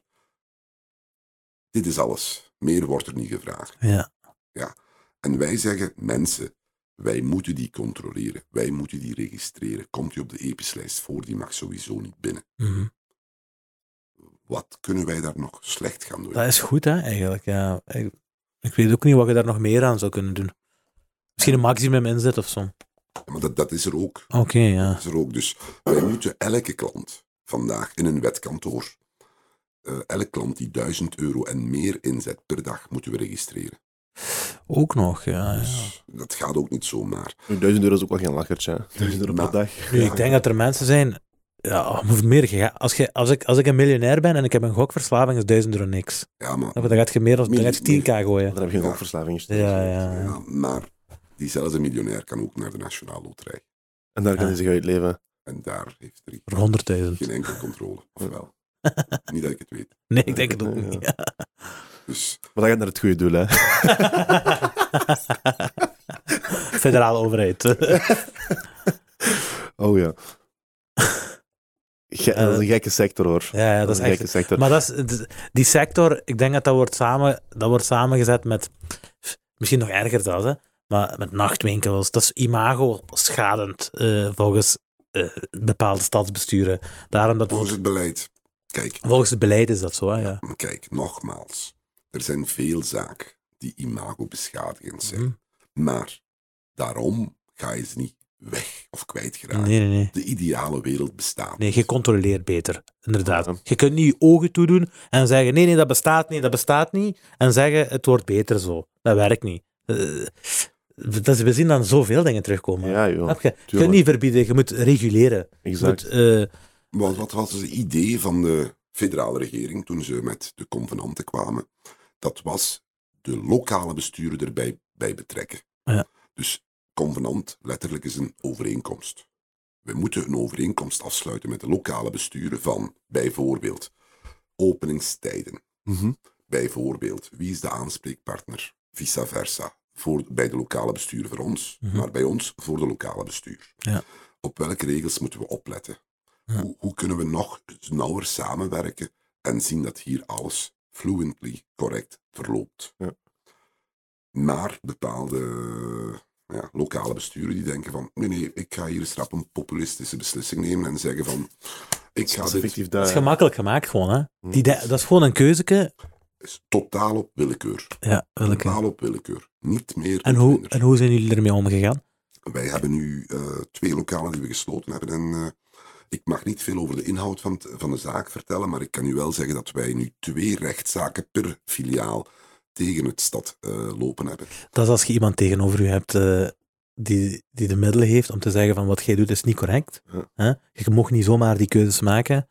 dit is alles. Meer wordt er niet gevraagd. Ja. En wij zeggen, mensen, wij moeten die controleren. Wij moeten die registreren. Komt u op de EPIS-lijst voor, die mag sowieso niet binnen. Mhm. Wat kunnen wij daar nog slecht gaan doen? Dat is goed, hè, eigenlijk. Ja. Ik weet ook niet wat je daar nog meer aan zou kunnen doen. Misschien een maximum inzet of zo. Ja, maar dat is er ook. Oké, ja. Dat is er ook. Dus wij moeten elke klant vandaag in een wetkantoor, elke klant die €1000 en meer inzet per dag, moeten we registreren. Ook nog, ja. Dus dat gaat ook niet zomaar. Nu, €1000 is ook wel geen lachertje, hè. €1000 per Maar- dag. Nu, ik denk dat er mensen zijn... Ja, meer, als ik een miljonair ben en ik heb een gokverslaving, is €1000 niks. Ja, maar, Dan gaat je meer dan dan gaat je 10k gooien. Dan heb je een Ja. gokverslaving. Ja. maar diezelfde miljonair kan ook naar de Nationale Loterij. En daar kan hij zich uitleven. En daar heeft er Voor 100.000. geen enkele controle. Ofwel. Niet dat ik het weet. Nee, ik denk het ook Ja. niet. Dus Maar dat gaat naar het goede doel, hè. Federale overheid. Oh ja. Dat is een gekke sector, hoor. Ja, dat is een echt... gekke sector. Maar dat is, die sector, ik denk dat wordt samengezet met, misschien nog erger zelfs, hè, maar met nachtwinkels. Dat is imago-schadend volgens bepaalde stadsbesturen. Daarom dat volgens het beleid. Kijk, volgens het beleid is dat zo, hè, ja. kijk, nogmaals. Er zijn veel zaken die imago-beschadigend zijn. Mhm. Maar daarom ga je ze niet weg of kwijtgeraken. Nee. De ideale wereld bestaat. Nee, je controleert beter, inderdaad. Ja. Je kunt niet je ogen toedoen en zeggen, nee, dat bestaat niet. En zeggen, het wordt beter zo. Dat werkt niet. We zien dan zoveel dingen terugkomen. Ja, joh. Snap je? Je kunt Tuurlijk. niet verbieden, je moet reguleren. Exact. Je moet, Wat was het idee van de federale regering toen ze met de convenanten kwamen? Dat was de lokale besturen erbij bij betrekken. Ja. Dus convenant letterlijk is een overeenkomst. We moeten een overeenkomst afsluiten met de lokale besturen van bijvoorbeeld openingstijden. Bijvoorbeeld, wie is de aanspreekpartner? Vice versa. Bij de lokale bestuur voor ons, maar bij ons voor de lokale bestuur. Ja. Op welke regels moeten we opletten? Ja. Hoe kunnen we nog nauwer samenwerken en zien dat hier alles fluently correct verloopt? Ja. Maar bepaalde lokale besturen die denken van nee, ik ga hier strap een populistische beslissing nemen en zeggen van ik ga Dat is dit... effectief Dat is gemakkelijk gemaakt gewoon, hè. Dat is gewoon een keuzeke. is totaal op willekeur. Ja, willekeur. Totaal op willekeur. Niet meer. En hoe zijn jullie ermee omgegaan? Wij hebben nu 2 lokalen die we gesloten hebben. En ik mag niet veel over de inhoud van de zaak vertellen, maar ik kan u wel zeggen dat wij nu 2 rechtszaken per filiaal tegen het stad lopen hebben. Dat is als je iemand tegenover je hebt die de middelen heeft om te zeggen van wat jij doet is niet correct. Ja. Hè? Je mag niet zomaar die keuzes maken.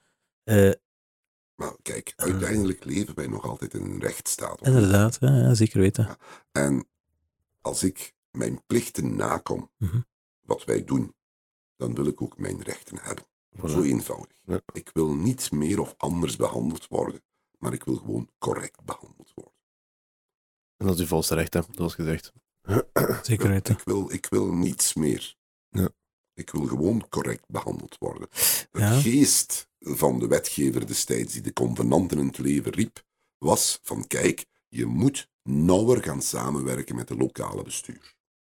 Maar kijk, uiteindelijk leven wij nog altijd in een rechtsstaat. Inderdaad, ja, zeker weten. Ja. En als ik mijn plichten nakom, wat wij doen, dan wil ik ook mijn rechten hebben. Voilà. Zo eenvoudig. Ja. Ik wil niet meer of anders behandeld worden, maar ik wil gewoon correct behandeld worden. En dat is uw volste recht, hè, zoals gezegd. Zeker weten. Ik wil niets meer. Ja. Ik wil gewoon correct behandeld worden. De Ja. geest van de wetgever destijds die de convenanten in het leven riep, was van kijk, je moet nauwer gaan samenwerken met de lokale bestuur.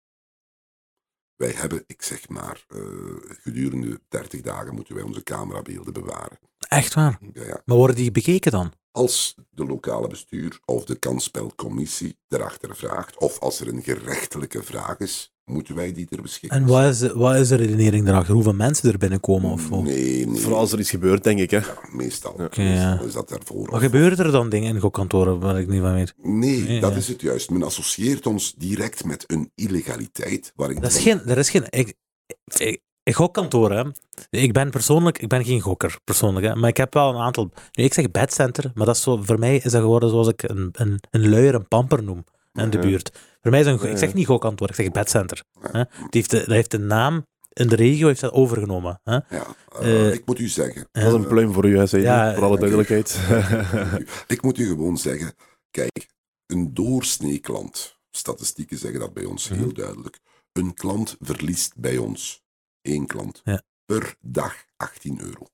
Wij hebben, ik zeg maar, gedurende 30 dagen moeten wij onze camerabeelden bewaren. Echt waar? Ja. Maar worden die bekeken dan? Als de lokale bestuur of de kansspelcommissie erachter vraagt, of als er een gerechtelijke vraag is, moeten wij die ter beschikking En wat is de redenering daarachter? Hoeveel mensen er binnenkomen? Of wat? Nee. Vooral als er iets gebeurt, denk ik. Hè. Ja, meestal. Oké, ja. Is dat daarvoor? Wat gebeuren er dan dingen in gokkantoren waar ik niet van weet? Nee, dat ja. is het juist. Men associeert ons direct met een illegaliteit. Waar ik Er is geen... Gokkantoren, hè. Ik ben geen gokker, persoonlijk, hè. Maar ik heb wel een aantal... Nu, ik zeg bedcenter, maar dat is zo, voor mij is dat geworden zoals ik een luier, een pamper noem in de buurt. Voor mij is ik zeg niet gokkantoor, ik zeg bedcenter. Hè. Dat heeft de naam in de regio heeft dat overgenomen. Hè. Ja, ik moet u zeggen... Dat is een pluim voor u, hè, Sadie, Ja, voor alle duidelijkheid. Ik moet u gewoon zeggen, kijk, een doorsnee klant, statistieken zeggen dat bij ons heel duidelijk, een klant verliest bij ons, 1 klant, per dag €18.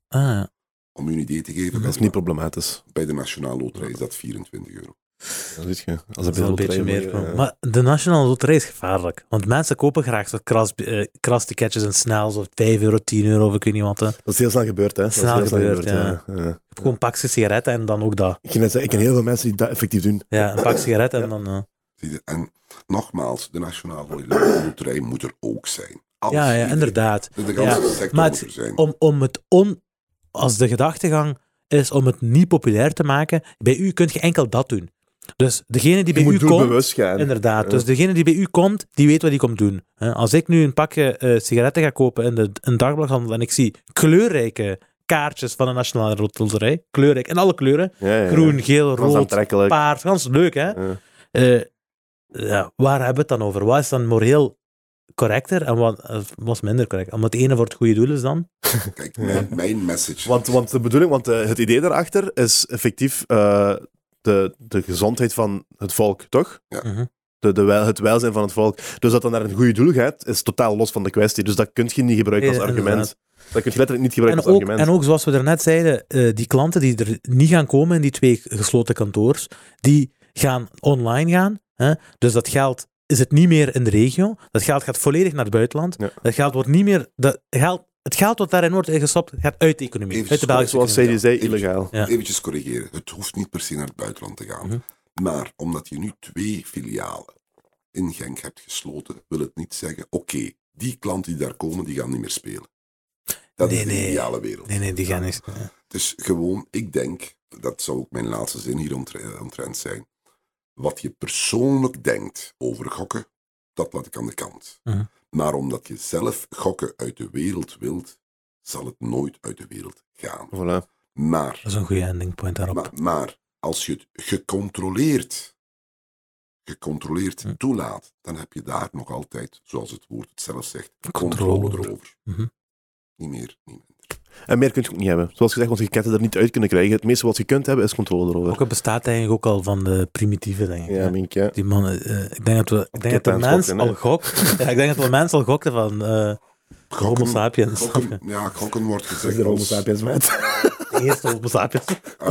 Om u een idee te geven, Dat is niet problematisch. bij de Nationale Loterij is dat €24. Dat weet je. Als Dat is wel een beetje meer. meer. Maar de Nationale Loterij is gevaarlijk. Want mensen kopen graag zo krasticketjes en snel, zo €5, €10, of ik weet niet wat. Dat is heel snel gebeurd, hè. Snel Dat is heel gebeurd, ja. ja. Je hebt gewoon een pakje sigaretten en dan ook dat. Ik ken heel veel mensen die dat effectief doen. Ja, een pak sigaretten en dan... Zie je? En nogmaals, de Nationale Loterij moet er ook zijn. Alles, Ja, iedereen. inderdaad. De ganse sector Maar moet er zijn. als de gedachtegang is om het niet populair te maken, bij u kun je enkel dat doen. Dus degene die bij Je u moet komt... doelbewust gaan. Inderdaad. Dus degene die bij u komt, die weet wat hij komt doen. Als ik nu een pakje sigaretten ga kopen in een dagbladhandel en ik zie kleurrijke kaartjes van de Nationale Loterij, kleurrijk, in alle kleuren, Ja. groen, geel, Gans rood, aantrekkelijk. paars, gans leuk, hè? Waar hebben we het dan over? Wat is dan moreel correcter en wat was minder correct? Omdat het ene voor het goede doel is dan? Kijk, mijn message... Want de bedoeling, het idee daarachter is effectief de gezondheid van het volk, toch? Ja. Mhm. Het welzijn van het volk. Dus dat dan naar een goede doel gaat, is totaal los van de kwestie. Dus dat kun je niet gebruiken als Nee, argument. inderdaad. Dat kun je letterlijk niet gebruiken als argument. En ook, zoals we daarnet zeiden, die klanten die er niet gaan komen in die 2 gesloten kantoors, die gaan online gaan. Hè? Dus dat geld is het niet meer in de regio. Dat geld gaat volledig naar het buitenland. Ja. Dat geld wordt niet meer... Het geld wat daarin wordt gestopt, gaat uit de economie. Even Uit de Belgische Zoals economie. Sadie zei, illegaal. Ja. Eventjes corrigeren. Het hoeft niet per se naar het buitenland te gaan. Mhm. Maar omdat je nu 2 filialen in Genk hebt gesloten, wil het niet zeggen, oké, die klanten die daar komen, die gaan niet meer spelen. Dat is de ideale wereld. Nee, die gaan niet. Ja. Dus gewoon, ik denk, dat zou ook mijn laatste zin hier omtrent zijn, wat je persoonlijk denkt over gokken, dat laat ik aan de kant. Mhm. Maar omdat je zelf gokken uit de wereld wilt, zal het nooit uit de wereld gaan. Voilà. Maar Dat is een goede ending point daarop. Maar als je het gecontroleerd gecontroleerd toelaat, dan heb je daar nog altijd, zoals het woord het zelf zegt, controle erover. Niet meer, niet minder. En meer kun je ook niet hebben. Zoals gezegd, want je kunt het er niet uit kunnen krijgen. Het meeste wat je kunt hebben, is controle erover. Ook het bestaat eigenlijk ook al van de primitieve, denk ik. Ja, Mink, ja. Die mannen, ik denk dat de mens al gokt. Ja, ik denk dat de mens al gokte van Homo sapiens. Gokken wordt gezegd De Homo als... sapiens met. Eerst Homo sapiens.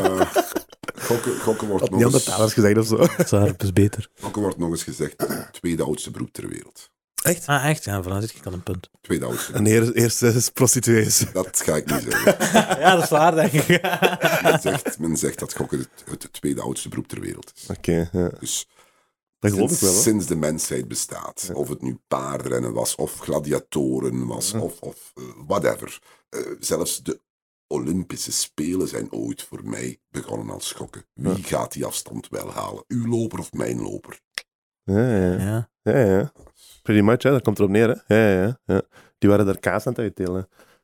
Gokken wordt nog Niet eens... anders gezegd of zo. Zarp is beter. Gokken wordt nog eens gezegd de tweede oudste beroep ter wereld. Echt? Ah, echt? Ja, vanuit zit ik aan een punt. Tweede oudste. En eerst is prostituees. Dat ga ik niet zeggen. Ja, dat is waar, denk ik. Men zegt dat gokken het tweede oudste beroep ter wereld is. Oké, ja. Dus Dat geloof ik wel, hoor. sinds de mensheid bestaat, of het nu paardrennen was, of gladiatoren was, of whatever. Zelfs de Olympische Spelen zijn ooit voor mij begonnen als gokken. Wie gaat die afstand wel halen? Uw loper of mijn loper? Ja. Ja. Pretty much, hè. Dat komt erop neer, hè. Ja. Die waren daar kaas aan het uitdelen.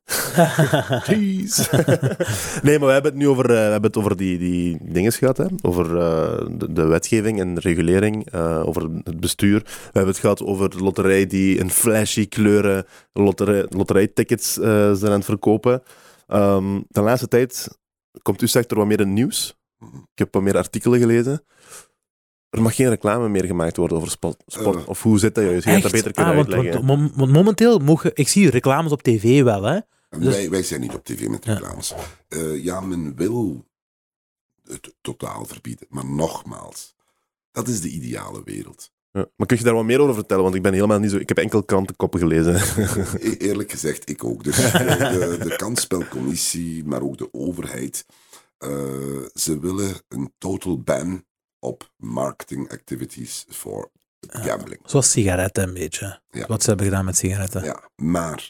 Jeez. Nee, maar we hebben het nu over die dingen gehad, hè? Over de wetgeving en regulering, over het bestuur. We hebben het gehad over de loterij die in flashy kleuren loterijtickets zijn aan het verkopen. De laatste tijd komt uw sector wat meer in het nieuws. Ik heb wat meer artikelen gelezen. Er mag geen reclame meer gemaakt worden over sport. Of hoe zit dat juist? Je gaat dat beter kunnen uitleggen. Want momenteel ik zie reclames op tv wel, hè? Dus... Wij zijn niet op tv met reclames. Men wil het totaal verbieden. Maar nogmaals, dat is de ideale wereld. Ja. Maar kun je daar wat meer over vertellen? Want ik ben helemaal niet zo... Ik heb enkel krantenkoppen gelezen. Eerlijk gezegd, ik ook. Dus de kansspelcommissie, maar ook de overheid, ze willen een total ban op marketing activities voor gambling. Zoals sigaretten een beetje. Ja. Wat ze hebben gedaan met sigaretten. Ja, maar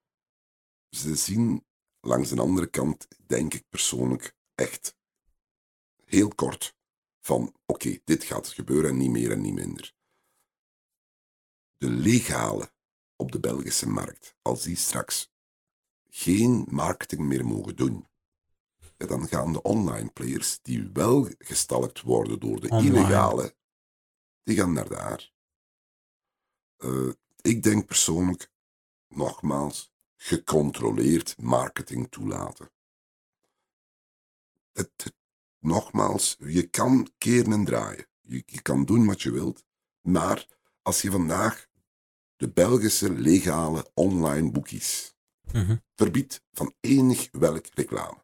ze zien langs de andere kant, denk ik persoonlijk, echt heel kort van oké, dit gaat gebeuren en niet meer en niet minder. De legale op de Belgische markt, als die straks geen marketing meer mogen doen, ja, dan gaan de online players die wel gestalkt worden door de illegale, die gaan naar daar. Ik denk persoonlijk, nogmaals, gecontroleerd marketing toelaten. Nogmaals, je kan keren en draaien. Je kan doen wat je wilt, maar als je vandaag de Belgische legale online boekies verbiedt van enig welk reclame,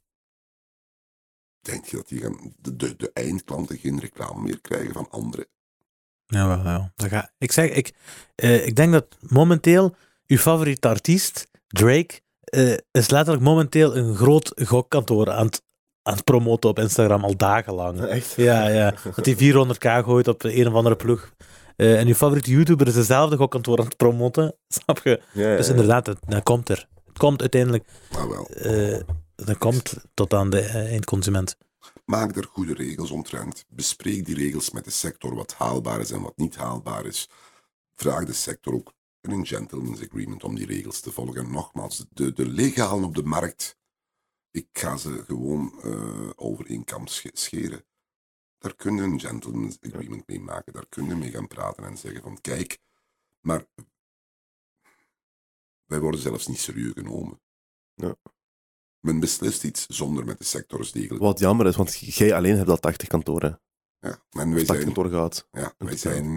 denk je dat die gaan, de eindklanten geen reclame meer krijgen van anderen? Ja. Ik denk dat momenteel uw favoriete artiest, Drake, is letterlijk momenteel een groot gokkantoor aan het promoten op Instagram al dagenlang. Echt? Ja. Dat hij 400k gooit op een of andere ploeg. En uw favoriete YouTuber is dezelfde gokkantoor aan het promoten. Snap je? Ja. Dus inderdaad, dat komt er. Het komt uiteindelijk. Maar wel. Dat komt tot aan de eindconsument. Maak er goede regels omtrent. Bespreek die regels met de sector, wat haalbaar is en wat niet haalbaar is. Vraag de sector ook een gentleman's agreement om die regels te volgen. En nogmaals, de legalen op de markt, ik ga ze gewoon over één kam scheren. Daar kun je een gentleman's agreement mee maken. Daar kun je mee gaan praten en zeggen van kijk, maar wij worden zelfs niet serieus genomen. Ja. Men beslist iets zonder met de sector degelijk. Wat jammer is, want jij alleen hebt al 80 kantoren. Ja, en wij 80 zijn... kantoren gehad. Ja, wij zijn...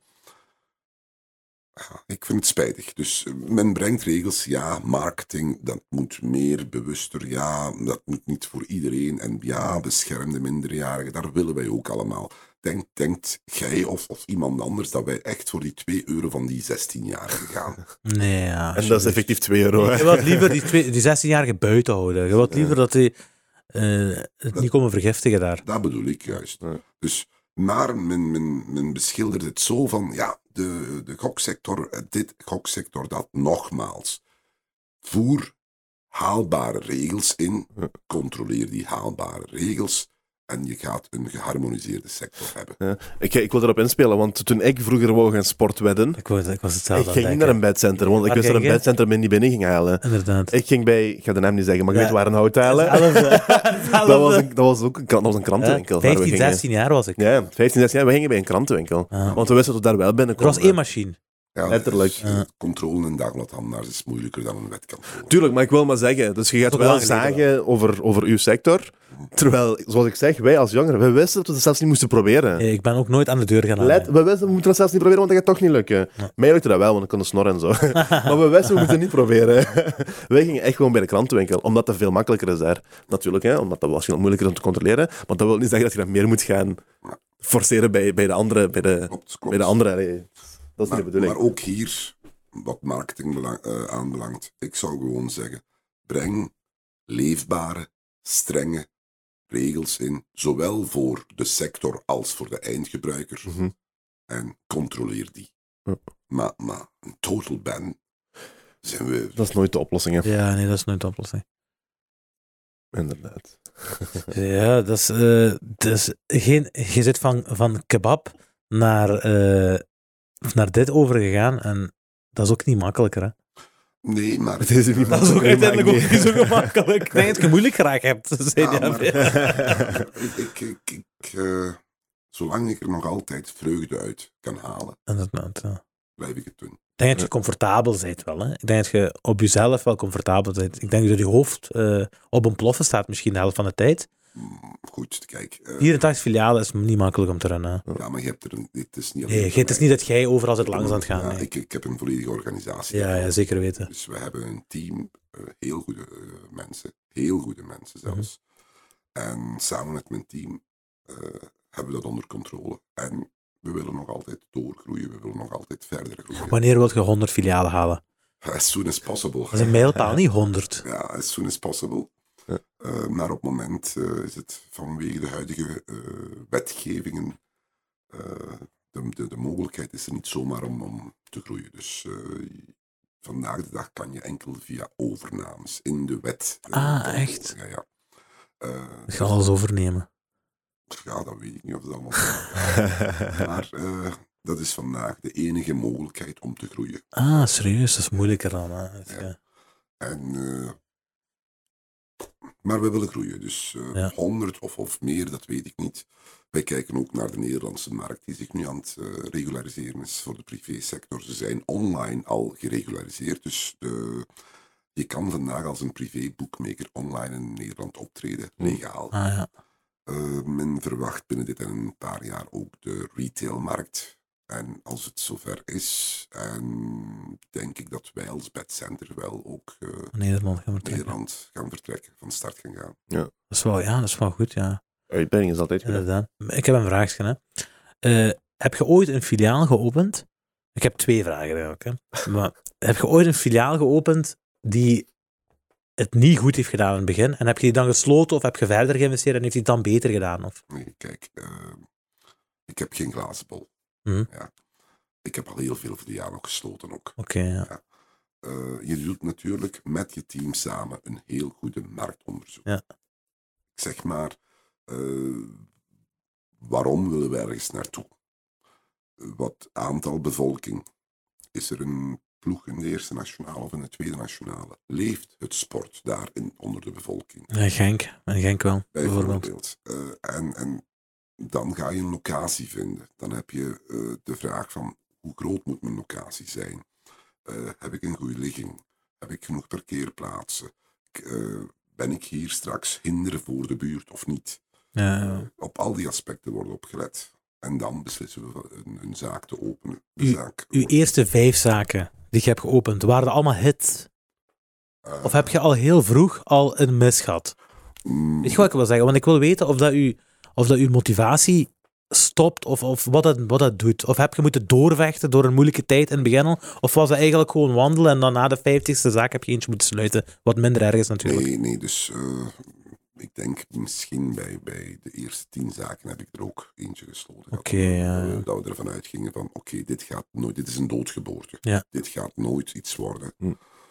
ik vind het spijtig. Dus men brengt regels, ja, marketing, dat moet meer bewuster, ja, dat moet niet voor iedereen, en ja, beschermde minderjarigen, daar willen wij ook allemaal. Denkt jij of iemand anders dat wij echt voor die €2 van die 16-jarigen gaan? Nee, ja. En dat is effectief €2. Hè? Je wilt liever die 16-jarigen buiten houden. Je wilt liever dat die het niet komen vergiftigen daar. Dat bedoel ik juist. Ja. Dus, maar men beschildert het zo van, ja, de goksector, dit goksector, dat, nogmaals. Voer haalbare regels in, controleer die haalbare regels, En je gaat een geharmoniseerde sector hebben. Ja. Ik wil erop inspelen, want toen ik vroeger wou gaan sportwedden, Ik was hetzelfde ik ging niet naar een bedcenter, want ik Waar wist dat ging een je? bedcenter me niet binnen ging halen. Inderdaad. Ik ging bij, ik ga de naam niet zeggen, maar je Ja. weet waar een houthalen. Dat was ook dat was een krantenwinkel. waar we 15, gingen. 16 jaar was ik. Ja, 15, 16 jaar, we gingen bij een krantenwinkel. Want we wisten dat we daar wel binnen Er was konden. 1 machine. Ja, Letterlijk. dus, controle in een dagbladhandelaars is moeilijker dan een wetkantoor. Tuurlijk, maar ik wil maar zeggen, dus je gaat Ook wel lang geleden zagen over uw sector, terwijl, zoals ik zeg, wij als jongeren, we wisten dat we het zelfs niet moesten proberen. Ik ben ook nooit aan de deur gaan halen. We wisten, we moeten het zelfs niet proberen, want dat gaat toch niet lukken. Mij lukte dat wel, want ik kon de snor en zo. Maar we wisten, we moeten het niet proberen. Wij gingen echt gewoon bij de krantenwinkel, omdat dat veel makkelijker is daar. Natuurlijk, hè, omdat dat waarschijnlijk moeilijker is om te controleren. Maar dat wil niet zeggen dat je dan meer moet gaan forceren bij de andere. Klopt. Bij de andere. Allee, dat is niet de bedoeling. Maar ook hier, wat marketing aanbelangt, ik zou gewoon zeggen, breng leefbare, strenge regels in, zowel voor de sector als voor de eindgebruiker. Mhm. En controleer die. Ja. Maar een total ban zijn we... Dat is nooit de oplossing, hè. Ja, nee, dat is nooit de oplossing. Inderdaad. Ja, dat is geen... Je zit van kebab naar dit overgegaan en dat is ook niet makkelijker, hè. Nee, maar... Het is niet Dat is ook makkelijk, uiteindelijk ook maar niet zo gemakkelijk. Ik denk dat je moeilijk graag hebt. Zei Ja, die maar- aan. zolang ik er nog altijd vreugde uit kan halen, Inderdaad, ja. blijf ik het doen. Ik denk dat je comfortabel bent wel. Hè? Ik denk dat je op jezelf wel comfortabel bent. Ik denk dat je hoofd op een ploffen staat misschien de helft van de tijd. Goed, kijk. 84 filialen is niet makkelijk om te runnen. Ja, maar je hebt er een... Het is niet Nee, het is niet dat jij overal zit langs aan het gaan. Ja, Nee. ik heb een volledige organisatie. Ja, zeker weten. Dus we hebben een team, heel goede mensen zelfs. En samen met mijn team hebben we dat onder controle. En we willen nog altijd doorgroeien, we willen nog altijd verder groeien. Wanneer wil je 100 filialen halen? As soon as possible. Dat is een mijlpaal, niet 100. Ja, as soon as possible. Ja. Maar op het moment is het vanwege de huidige wetgevingen, de mogelijkheid is er niet zomaar om te groeien. Dus vandaag de dag kan je enkel via overnames in de wet. Echt? Ja. Ik ga alles overnemen. Ja, dat weet ik niet of dat allemaal maar dat is vandaag de enige mogelijkheid om te groeien. Serieus? Dat is moeilijker dan. Hè. Ja. Maar we willen groeien, dus 100 of meer, dat weet ik niet. Wij kijken ook naar de Nederlandse markt, die zich nu aan het regulariseren is voor de privésector. Ze zijn online al geregulariseerd, dus je kan vandaag als een privé-bookmaker online in Nederland optreden, legaal. Ja. Men verwacht binnen dit en een paar jaar ook de retailmarkt. En als het zover is, denk ik dat wij als bedcenter wel ook Nederland gaan vertrekken. Nederland gaan vertrekken, van start gaan gaan. Dat is wel goed, ja. Uitbreiding is altijd goed. Inderdaad. Ik heb een vraagje. Hè. Heb je ooit een filiaal geopend? Ik heb 2 vragen eigenlijk. Hè. Maar, heb je ooit een filiaal geopend die het niet goed heeft gedaan in het begin? En heb je die dan gesloten of heb je verder geïnvesteerd en heeft hij het dan beter gedaan? Of? Nee, kijk, ik heb geen glazen bol. Mhm. Ja. Ik heb al heel veel filialen gesloten ook. Oké, ja. Je doet natuurlijk met je team samen een heel goede marktonderzoek. Ja. Ik zeg maar, waarom willen we ergens naartoe? Wat aantal bevolking? Is er een ploeg in de eerste nationale of in de tweede nationale? Leeft het sport daarin onder de bevolking? Ja, Genk wel, bijvoorbeeld. Bijvoorbeeld. En dan ga je een locatie vinden. Dan heb je de vraag van, hoe groot moet mijn locatie zijn? Heb ik een goede ligging? Heb ik genoeg parkeerplaatsen? Ben ik hier straks hinder voor de buurt of niet? Ja. Op al die aspecten wordt opgelet. En dan beslissen we een zaak te openen. Uw eerste 5 zaken die je hebt geopend, waren dat allemaal hits? Of heb je al heel vroeg al een mis gehad? Weet je wat ik wil zeggen? Want ik wil weten of dat uw motivatie stopt of wat dat doet. Of heb je moeten doorvechten door een moeilijke tijd in het begin al? Of was het eigenlijk gewoon wandelen en dan na de 50ste zaak heb je eentje moeten sluiten? Wat minder erg is natuurlijk. Nee, dus ik denk misschien bij de eerste 10 zaken heb ik er ook eentje gesloten. Dat we ervan uitgingen van, dit gaat nooit, dit is een doodgeboorte. Ja. Dit gaat nooit iets worden.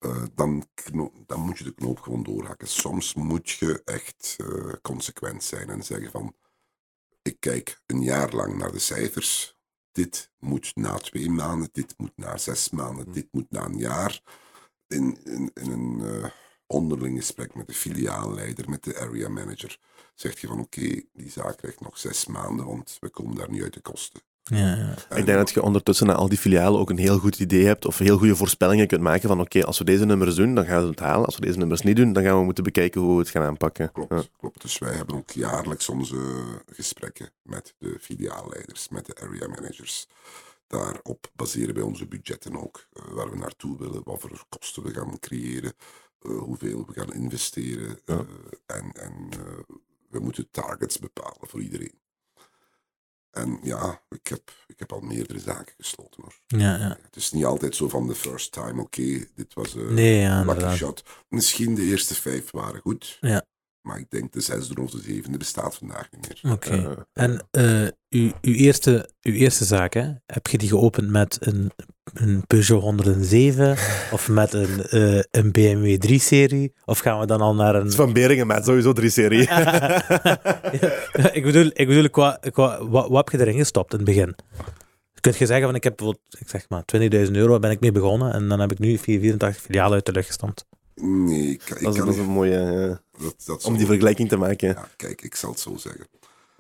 dan moet je de knoop gewoon doorhakken. Soms moet je echt consequent zijn en zeggen van, ik kijk een jaar lang naar de cijfers. Dit moet na 2 maanden, dit moet na 6 maanden, dit moet na een jaar. In een onderling gesprek met de filiaalleider, met de area manager, zeg je van oké, die zaak krijgt nog 6 maanden, want we komen daar niet uit de kosten. Ja. Ik denk dat je ondertussen na al die filialen ook een heel goed idee hebt of heel goede voorspellingen kunt maken van oké, als we deze nummers doen, dan gaan we het halen. Als we deze nummers niet doen, dan gaan we moeten bekijken hoe we het gaan aanpakken. Klopt. Dus wij hebben ook jaarlijks onze gesprekken met de filiaalleiders, met de area managers. Daarop baseren wij onze budgetten ook, waar we naartoe willen, wat voor kosten we gaan creëren, hoeveel we gaan investeren. En we moeten targets bepalen voor iedereen. En ja, ik heb al meerdere zaken gesloten hoor. Ja. Het is niet altijd zo van de first time, oké, dit was een lucky inderdaad. shot. Misschien de eerste 5 waren goed. Ja. Maar ik denk de 6e of de 7e bestaat vandaag niet meer. Oké. En uw eerste zaak, hè? Heb je die geopend met een Peugeot 107 of met een BMW 3-serie? Of gaan we dan al naar een... Het is van Beringen, maar sowieso 3-serie. Ik bedoel, wat heb je erin gestopt in het begin? Kun je zeggen van, ik heb ik zeg maar €20.000 ben ik mee begonnen en dan heb ik nu 84 filialen uit de lucht gestampt. Nee, Dat is een mooie... om die vergelijking te maken. Ja, kijk, ik zal het zo zeggen.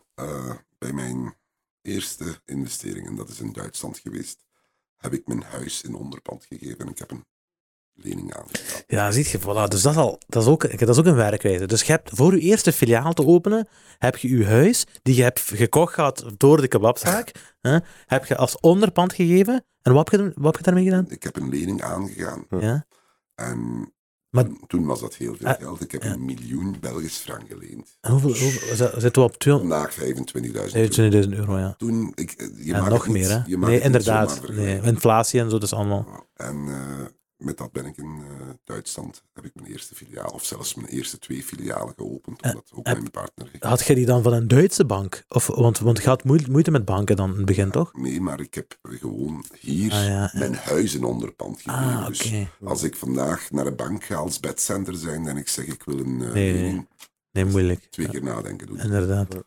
Bij mijn eerste investering, en dat is in Duitsland geweest, heb ik mijn huis in onderpand gegeven en ik heb een lening aangegaan. Ja, ziet je, voilà. Dus dat is ook een werkwijze. Dus je hebt, voor je eerste filiaal te openen, heb je je huis, die je hebt gekocht gehad door de kebabzaak, heb je als onderpand gegeven. En wat heb je daarmee gedaan? Ik heb een lening aangegaan. Ja. En Maar, toen was dat heel veel geld. Ik heb 1 miljoen Belgisch frank geleend. en hoeveel zitten we op 200? Vandaag €25.000. €25.000, ja. Toen, En nog meer, hè? Nee, inderdaad. Nee, inflatie en zo, dus allemaal. En met dat ben ik in Duitsland, heb ik mijn eerste filiaal, of zelfs mijn eerste 2 filialen geopend, omdat ook mijn partner... Had je die dan van een Duitse bank? Want je had moeite met banken dan in het begin, toch? Nee, maar ik heb gewoon hier mijn huis in onderpand gegeven. Okay. Dus als ik vandaag naar een bank ga als bedcenter zijn en ik zeg ik wil een lening, moeilijk. 2 keer nadenken doen. Inderdaad.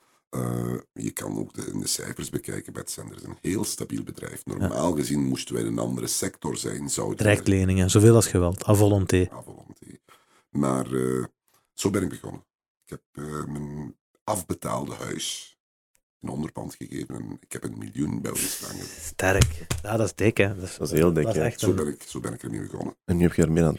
Je kan ook de cijfers bekijken. Bedcenter is een heel stabiel bedrijf. Normaal gezien moesten wij in een andere sector zijn. Directleningen, zoveel als geweld, à volonté. Maar zo ben ik begonnen. Ik heb mijn afbetaalde huis in onderpand gegeven en ik heb 1 miljoen Belgisch frank. Sterk. Ja, dat is dik, hè. Dat is heel dik, hè. Zo ben ik ermee begonnen. En nu heb je er meer dan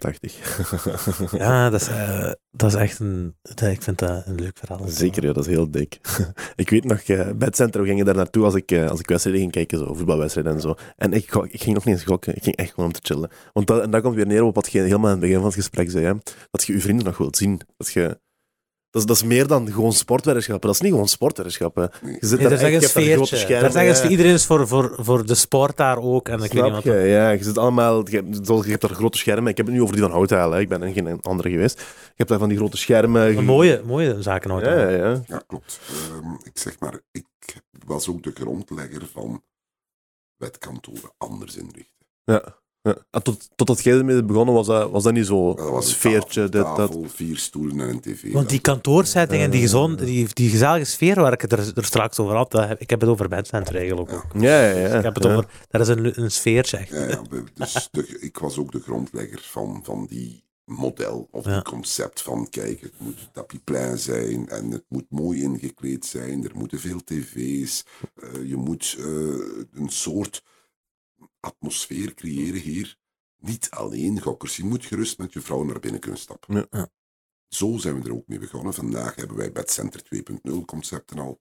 80. Ja, dat is echt ik vind dat een leuk verhaal. Zeker, ja, dat is heel dik. Ik weet nog, bedcenter, we gingen daar naartoe als ik wedstrijden ging kijken, zo, voetbalwedstrijden en zo. En ik ging nog niet eens gokken, ik ging echt gewoon om te chillen. Want dat komt weer neer op wat je helemaal aan het begin van het gesprek zei, hè. Dat je je vrienden nog wilt zien. Dat is meer dan gewoon sportweddenschappen. Dat is niet gewoon sportwedenschappen. Je zit daar daar echt, je hebt grote schermen. Daar zeggen ze, iedereen is voor de sport daar ook. En ik weet niet wat. Ja, je zit allemaal... Je hebt daar grote schermen. Ik heb het nu over die van Houthalen. Ik ben in geen andere geweest. Je hebt daar van die grote schermen. Mooie zaken Houthalen. Ja, klopt. Ik zeg maar, ik was ook de grondlegger van wetkantoren anders inrichten. Ja. Totdat jij ermee begonnen was dat niet zo? Dat was veertje, een tafel, 4 stoelen en een tv. Want die kantoorsetting en die gezellige sfeer waar ik het er straks over had, ik heb het over bedcenter eigenlijk ook. Ja. Dus ik heb het over, dat is een sfeertje echt. Ja, dus ik was ook de grondlegger van die model of die concept van kijk, het moet tapiplein zijn en het moet mooi ingekleed zijn, er moeten veel tv's, je moet een soort atmosfeer creëren hier. Niet alleen gokkers. Je moet gerust met je vrouw naar binnen kunnen stappen. Ja. Zo zijn we er ook mee begonnen. Vandaag hebben wij Bedcenter 2.0 concepten al.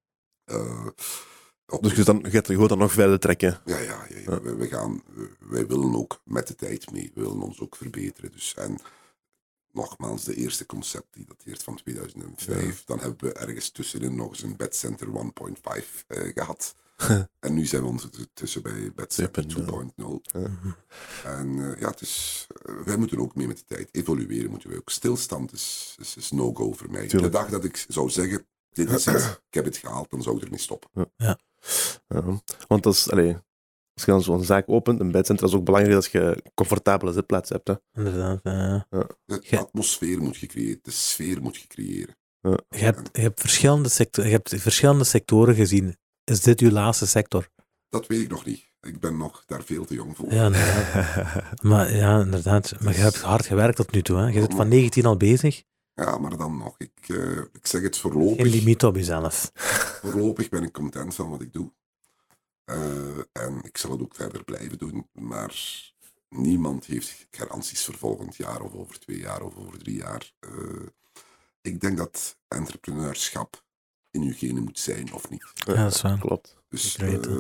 Dus je gaat dan nog verder trekken? Ja. Wij willen ook met de tijd mee. We willen ons ook verbeteren. Dus, en nogmaals, de eerste concept die dateert van 2005. Ja. Dan hebben we ergens tussenin nog eens een Bedcenter 1.5 gehad. En nu zijn we ondertussen bij Bedcenter 2.0. En het is, wij moeten ook mee met de tijd evolueren. Moeten we ook. Stilstand is no-go voor mij. Tuurlijk. De dag dat ik zou zeggen, dit is het, ik heb het gehaald, dan zou ik ermee stoppen. Ja. Want dat is, Als je dan zo'n zaak opent, een bedcenter, is ook belangrijk dat je comfortabele zitplaatsen hebt. Hè. Inderdaad. De atmosfeer moet je creëren, de sfeer moet je creëren. Je hebt verschillende sectoren gezien. Is dit uw laatste sector? Dat weet ik nog niet. Ik ben nog daar veel te jong voor. Ja, inderdaad. Maar je hebt hard gewerkt tot nu toe. Hè? Je zit van 19 al bezig. Ja, maar dan nog. Ik zeg het Geen voorlopig. limiet op jezelf. Voorlopig ben ik content van wat ik doe. En ik zal het ook verder blijven doen. Maar niemand heeft garanties voor volgend jaar of over 2 jaar of over 3 jaar. Ik denk dat entrepreneurschap in uw genen moet zijn of niet. Ja, dat is waar. Klopt. Dus Ik weet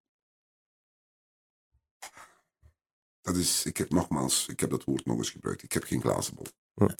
dat is, ik heb dat woord nog eens gebruikt. Ik heb geen glazen bol. Ja.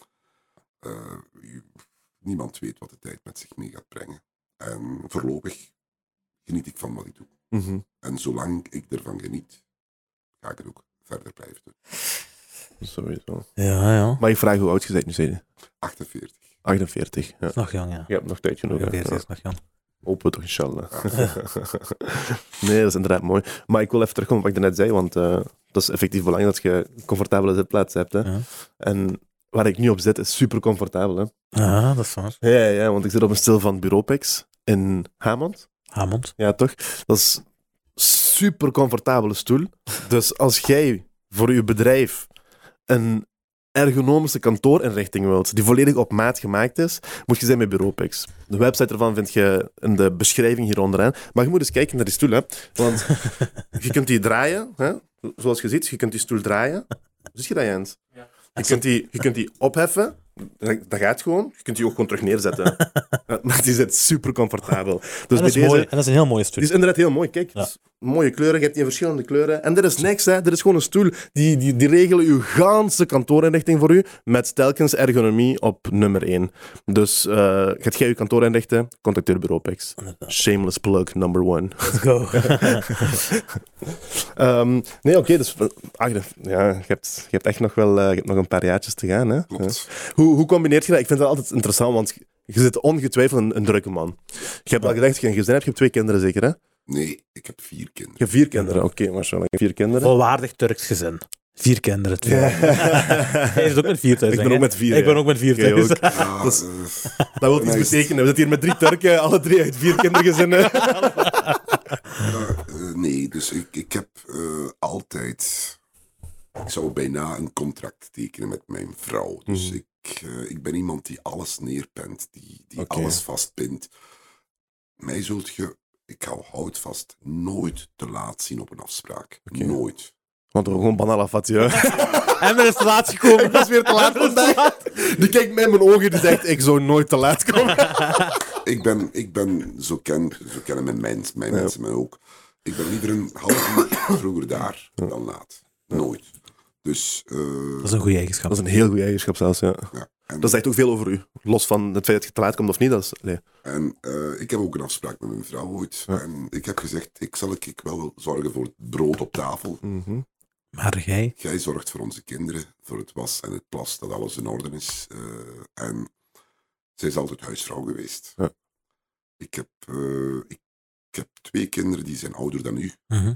Niemand weet wat de tijd met zich mee gaat brengen. En voorlopig geniet ik van wat ik doe. Mhm. En zolang ik ervan geniet, ga ik het ook verder blijven doen. Sowieso. Ja. Maar ik vraag hoe oud je bent nu, zei je? 48. 48. Ja. Dat is nog jong, ja. Je hebt nog tijd genoeg. hè. 40 is nog jong. Hopen we toch, inshallah. Nee, dat is inderdaad mooi. Maar ik wil even terugkomen op wat ik net zei, want dat is effectief belangrijk dat je comfortabele zitplaatsen hebt. Hè. Ja. En waar ik nu op zit, is super comfortabel. Hè. Ja, dat is waar. Ja, want ik zit op een stil van Bureaupex in Hamond. Hamond. Ja, toch? Dat is super comfortabele stoel. Dus als jij voor je bedrijf een ergonomische kantoorinrichting wilt, die volledig op maat gemaakt is, moet je zijn met Bureaupex. De website ervan vind je in de beschrijving hier onderaan. Maar je moet eens kijken naar die stoel, hè. Want je kunt die draaien, hè. Zoals je ziet, je kunt die stoel draaien. Zie je dat, Jens? Ja. Je kunt die opheffen. Dat gaat gewoon. Je kunt die ook gewoon terug neerzetten. Maar die zit super comfortabel. Dus En dat is mooi. En dat is een heel mooie stoel. die is inderdaad heel mooi. Kijk, Ja. mooie kleuren. Je hebt die in verschillende kleuren. En dit is niks, hè. Dit is gewoon een stoel. Die regelen uw ganse kantoorinrichting voor u met telkens ergonomie op nummer 1. Dus gaat jij je kantoor inrichten, contacteer Bureaupex. Inderdaad. Shameless plug number 1. Let's go. Nee, oké. Dus, je hebt echt nog wel je hebt nog een paar jaartjes te gaan. Hè? Klopt. Hoe combineert je dat? Ik vind dat altijd interessant, want je zit ongetwijfeld een drukke man. Je hebt al gezegd dat je een gezin hebt. Je hebt 2 kinderen zeker, hè? Nee, ik heb 4 kinderen. Je hebt 4 kinderen. Oké, mashallah. 4 kinderen. Volwaardig Turks gezin. 4 kinderen. 2. Hij is ook met 4 thuis. Ik ben ook met 4. Ik ben ook met 4 Jij thuis. ook. Ja, Dat wil iets Nice. betekenen. We zitten hier met 3 Turken, alle 3 uit 4 kindergezinnen. nee, dus ik heb altijd... Ik zou bijna een contract tekenen met mijn vrouw. Dus ik ben iemand die alles neerpent, die Oké. alles vastpint. Mij zult je, ik hou hout vast, nooit te laat zien op een afspraak. Oké. Nooit. Want we gewoon banal af, ja. En men is te laat gekomen. Dat is weer te laat vandaag. Die kijkt mij in mijn ogen en die zegt, ik zou nooit te laat komen. Ik ben zo kennen mijn mensen mij ook. Ik ben liever een half uur vroeger daar dan laat. Nooit. Dus... Dat is een goede eigenschap. Dat is een heel goede eigenschap zelfs, ja. ja. En, Dat zegt ook veel over u. Los van het feit dat je te laat komt of niet. Dat is, nee. en ik heb ook een afspraak met mijn vrouw ooit. Ja. En ik heb gezegd, ik wel zorgen voor het brood op tafel. Mhm. Maar jij? Jij zorgt voor onze kinderen, voor het was en het plas, dat alles in orde is. En zij is altijd huisvrouw geweest. Ja. Ik heb 2 kinderen die zijn ouder dan u. Mhm.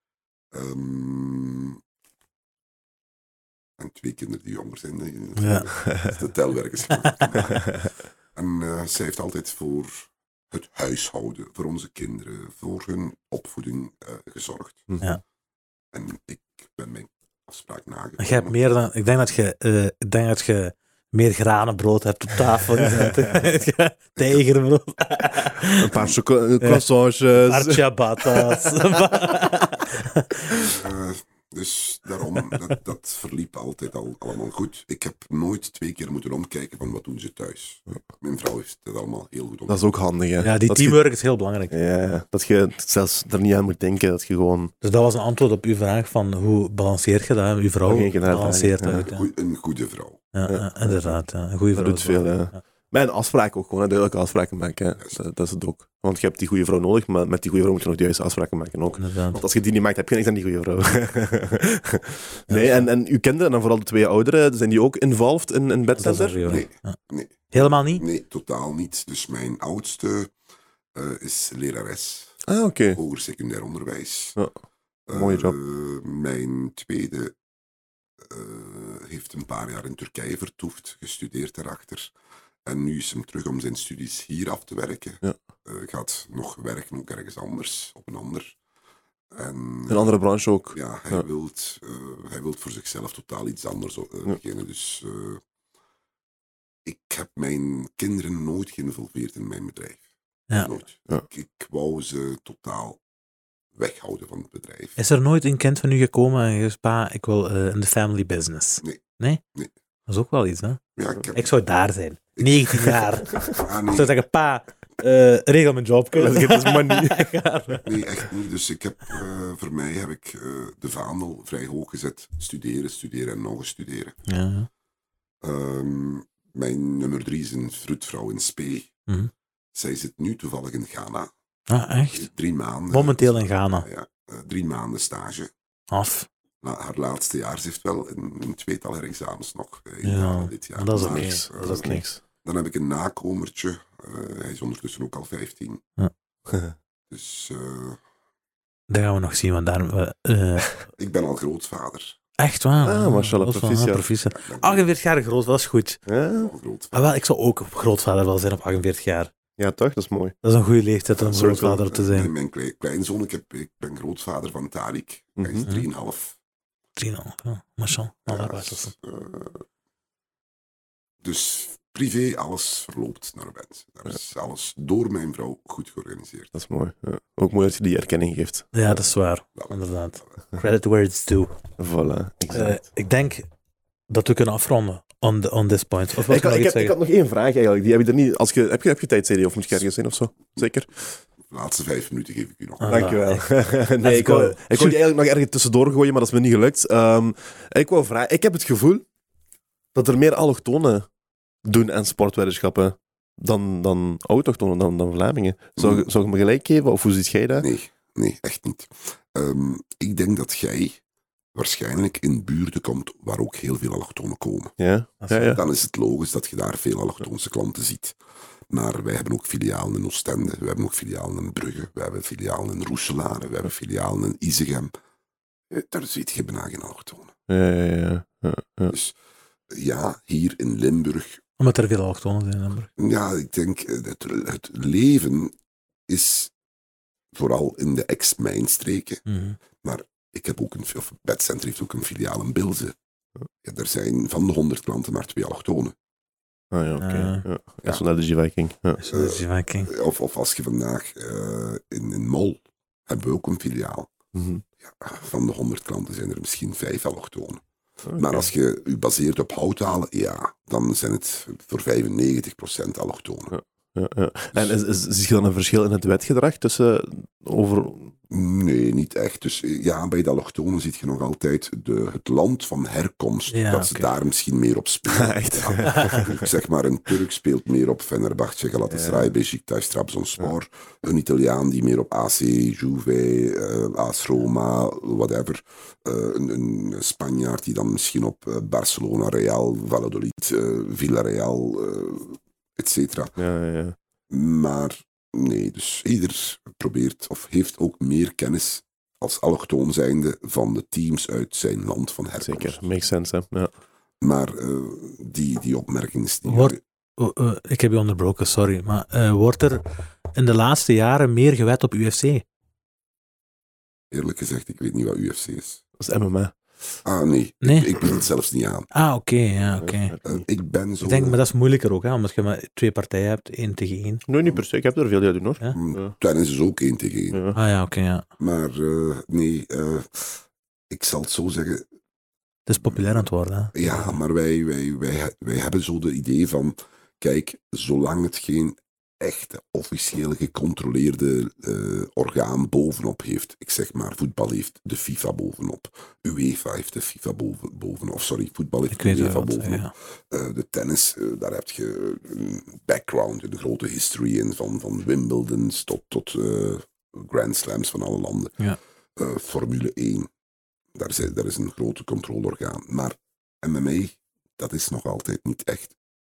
En 2 kinderen die jonger zijn. Ja. De telwerk is En zij heeft altijd voor het huishouden, voor onze kinderen, voor hun opvoeding gezorgd. Ja. En ik ben mijn afspraak nagekomen. Je hebt meer dan... Ik denk dat je meer granenbrood hebt op tafel. Tijgerbrood. Een paar croissantjes. Arciabatas. Dus daarom, dat verliep altijd allemaal goed. Ik heb nooit 2 keer moeten omkijken van wat doen ze thuis. Mijn vrouw heeft het allemaal heel goed Dat is ook handig, hè. Ja, die dat teamwork is heel belangrijk. dat je zelfs er niet aan moet denken. Dat je gewoon... Dus dat was een antwoord op uw vraag van hoe balanceert je dat? Uw vrouw Nog één keer balanceert ja. dat. Ja. Een goede vrouw. Ja, inderdaad. Ja. Een goede Dat vrouw. doet veel, hè. Ja. Mijn afspraken ook gewoon, hè. Duidelijke afspraken maken. Hè. Dat is het ook. Want je hebt die goede vrouw nodig, maar met die goede vrouw moet je nog de juiste afspraken maken ook. Inderdaad. Want als je die niet maakt, heb je niks aan die goede vrouw. Nee, en uw kinderen, en dan vooral de 2 ouderen, zijn die ook involved in Dat is bedcenter? een Nee, ja. nee, Helemaal niet? nee, totaal niet. Dus mijn oudste is lerares, Ah, oké. hoger secundair onderwijs. Ja. Mooie job. Mijn tweede heeft een paar jaar in Turkije vertoefd, gestudeerd daarachter. En nu is hem terug om zijn studies hier af te werken. Ja. Gaat nog werken, ook ergens anders, op een ander. En, Een andere branche ook. Ja, hij wilt voor zichzelf totaal iets anders beginnen. Dus ik heb mijn kinderen nooit geïnvolveerd in mijn bedrijf. Ja. Nooit. Ja. Ik wou ze totaal weghouden van het bedrijf. Is er nooit een kind van u gekomen en gezegd, pa, ik wil in de family business? Nee. Nee? Nee. Dat is ook wel iets, hè? Ja, Ik zou daar zijn. 19 jaar. Ah, Ik nee, zou zeggen, pa, regel mijn job. Let's get this money. nee, echt niet. Dus voor mij heb ik de vaandel vrij hoog gezet. Studeren en nog eens studeren. Ja. Mijn nummer 3 is een vroedvrouw in Spee. Mhm. Zij zit nu toevallig in Ghana. Ah, echt? 3 maanden. Momenteel in Ghana. Ja, 3 maanden stage. Af. Haar laatste jaar, ze heeft wel een tweetal herexamens nog in Ja, Ghana dit jaar. maar dat is Maar, oké. Niks. Dat is niks. Dan heb ik een nakomertje. Hij is ondertussen ook al 15. Ja. Dus Dat gaan we nog zien, want daar... ik ben al grootvader. echt waar? Ah, mashallah, Dat is wel- proficiat. proficiat. Ja, ik ben 48 jaar groot, dat is goed. Ja? al grootvader. Maar wel, ik zou ook grootvader wel zijn op 48 jaar. Ja, toch? Dat is mooi. Dat is een goede leeftijd om Circle. grootvader te zijn. Mijn kleinzoon, ik ben grootvader van Tariq. Hij is Mhm. 3,5. 3,5, ja. Mashallah. Allah basis. Dus privé, alles verloopt naar wens. Daar is alles door mijn vrouw goed georganiseerd. Dat is mooi. Ja. Ook mooi dat je die erkenning geeft. Ja, dat is waar. Inderdaad. Credit where it's due. Voilà, exact. Ik denk dat we kunnen afronden on this point. Of wat Ik had nog één vraag eigenlijk. Die heb je er niet... Heb je tijd, CD, of moet je ergens zijn of zo? Zeker? De laatste 5 minuten geef ik u nog. Ah. Dankjewel. Let's Nee, ik go. wou die eigenlijk nog ergens tussendoor gooien, maar dat is me niet gelukt. Ik wou vragen... Ik heb het gevoel dat er meer allochtonen doen aan sportweddenschappen dan autochtonen, dan Vlamingen. Zou je me gelijk geven, of hoe ziet jij dat? Nee, echt niet. Ik denk dat jij waarschijnlijk in buurten komt waar ook heel veel allochtonen komen. Ja? Ja. Dan is het logisch dat je daar veel allochtoonse klanten ziet. Maar wij hebben ook filialen in Oostende, we hebben ook filialen in Brugge, we hebben filialen in Roeselare, we hebben filialen in Isegem. Daar ziet je bijna geen allochtonen. Ja. Dus ja, hier in Limburg, Omdat er veel allochtonen zijn in Limburg. ja, ik denk het leven is vooral in de ex-mijnstreken. Mhm. Ik heb ook Bedcenter heeft ook een filiaal in Bilze. Ja, er zijn van de 100 klanten maar 2 allochtonen. Ah ja, oké. Ja. Ja. Zo naar de G-Viking. Ja. Dus dat is Viking. Of als je vandaag in Mol hebben we ook een filiaal. Mhm. Ja, van de 100 klanten zijn er misschien 5 allochtonen. Oké. Maar als je je baseert op houthalen, ja, dan zijn het voor 95% allochtonen. Ja. En zie je dan een verschil in het wetgedrag tussen Nee, niet echt. Dus ja, bij de allochtonen zie je nog altijd het land van herkomst. Ja, dat ze oké. daar misschien meer op spelen. Echt? Ja. Zeg maar, een Turk speelt meer op Fenerbahce, Galatasaray, Beşiktaş, Trabzonspor. Een Italiaan die meer op AC, Juve, AS Roma, whatever. Een Spanjaard die dan misschien op Barcelona, Real, Valladolid, Villarreal, et cetera. Ja. Maar nee, dus ieder probeert of heeft ook meer kennis als allochtoon zijnde van de teams uit zijn land van herkomst. Zeker, makes sense. Hè? Ja. Maar die opmerking is niet... Ik heb je onderbroken, sorry. Maar wordt er in de laatste jaren meer gewet op UFC? Eerlijk gezegd, ik weet niet wat UFC is. Dat is MMA. Ah, nee. Nee? Ik bied het zelfs niet aan. Ah, oké. Ik ben zo... Ik denk, maar dat is moeilijker ook, hè, omdat je maar 2 partijen hebt, 1 tegen 1. Nee, niet per se. Ik heb er veel die doen, hoor. Ja? Ja. Tennis is ook 1 tegen 1. Ja. Ah ja, oké, ja. Maar nee, ik zal het zo zeggen. Het is populair aan het worden, hè. Ja, maar wij hebben zo de idee van... Kijk, zolang het geen echte, officieel gecontroleerde orgaan bovenop heeft. Ik zeg maar, voetbal heeft de FIFA bovenop. UEFA heeft de FIFA bovenop. Sorry, voetbal heeft Ik de weet UEFA wel wat, bovenop. ja. De tennis, daar heb je een background, een grote history in. Van Wimbledon tot Grand Slams van alle landen. Ja. Formule 1, daar is een grote controleorgaan. Maar MMA, dat is nog altijd niet echt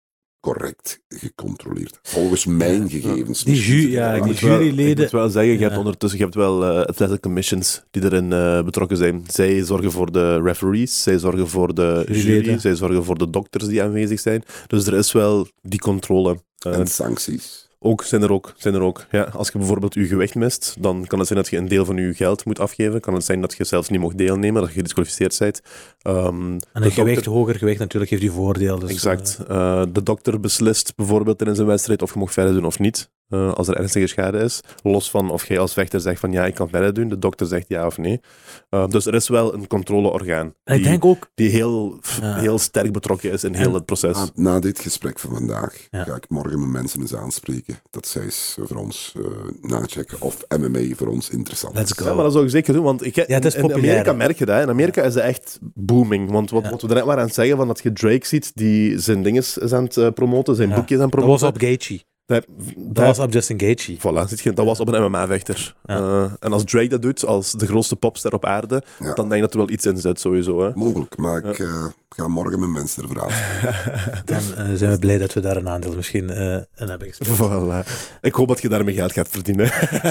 correct gecontroleerd. Volgens mijn gegevens. Die Ik moet juryleden... wel zeggen, je Ja. hebt ondertussen je hebt wel athletic commissions die erin betrokken zijn. Zij zorgen voor de referees, zij zorgen voor de Juryleden. jury, zij zorgen voor de dokters die aanwezig zijn. Dus er is wel die controle. En sancties. Zijn er ook. Ja, als je bijvoorbeeld je gewicht mist, dan kan het zijn dat je een deel van je geld moet afgeven. Kan het zijn dat je zelfs niet mocht deelnemen, dat je gedisqualificeerd bent. En een hoger gewicht natuurlijk heeft die voordeel. Dus, Exact. De dokter beslist bijvoorbeeld in zijn wedstrijd of je mag verder doen of niet. Als er ernstige schade is. Los van of jij als vechter zegt van ja, ik kan verder doen. De dokter zegt ja of nee. Dus er is wel een controleorgaan. en ik denk ook... Die heel sterk betrokken is in heel het proces. Na dit gesprek van vandaag Ja. ga ik morgen mijn mensen eens aanspreken. Dat zij eens voor ons nachecken of MMA voor ons interessant Let's is. go. Ja, maar dat zou ik zeker doen, want het is in populair. Amerika merk je dat. In Amerika is het echt booming. Want wat we net waren aan het zeggen, van dat je Drake ziet, die zijn dinges is aan het promoten, zijn Ja. boekjes aan het Dat promoten. was op Gaethje. Dat Dat was op Justin Gaethje. Voilà, ziet je, dat was op een MMA-vechter. Ja. En als Drake dat doet, als de grootste popster op aarde, Ja. dan denk ik dat er wel iets in zit, sowieso. Hè. Mogelijk, maar ik ga morgen mijn mensen ervoor aanspreken. Dan zijn we blij dat we daar een aandeel misschien in hebben gespeeld. Voilà. Ik hoop dat je daarmee geld gaat verdienen.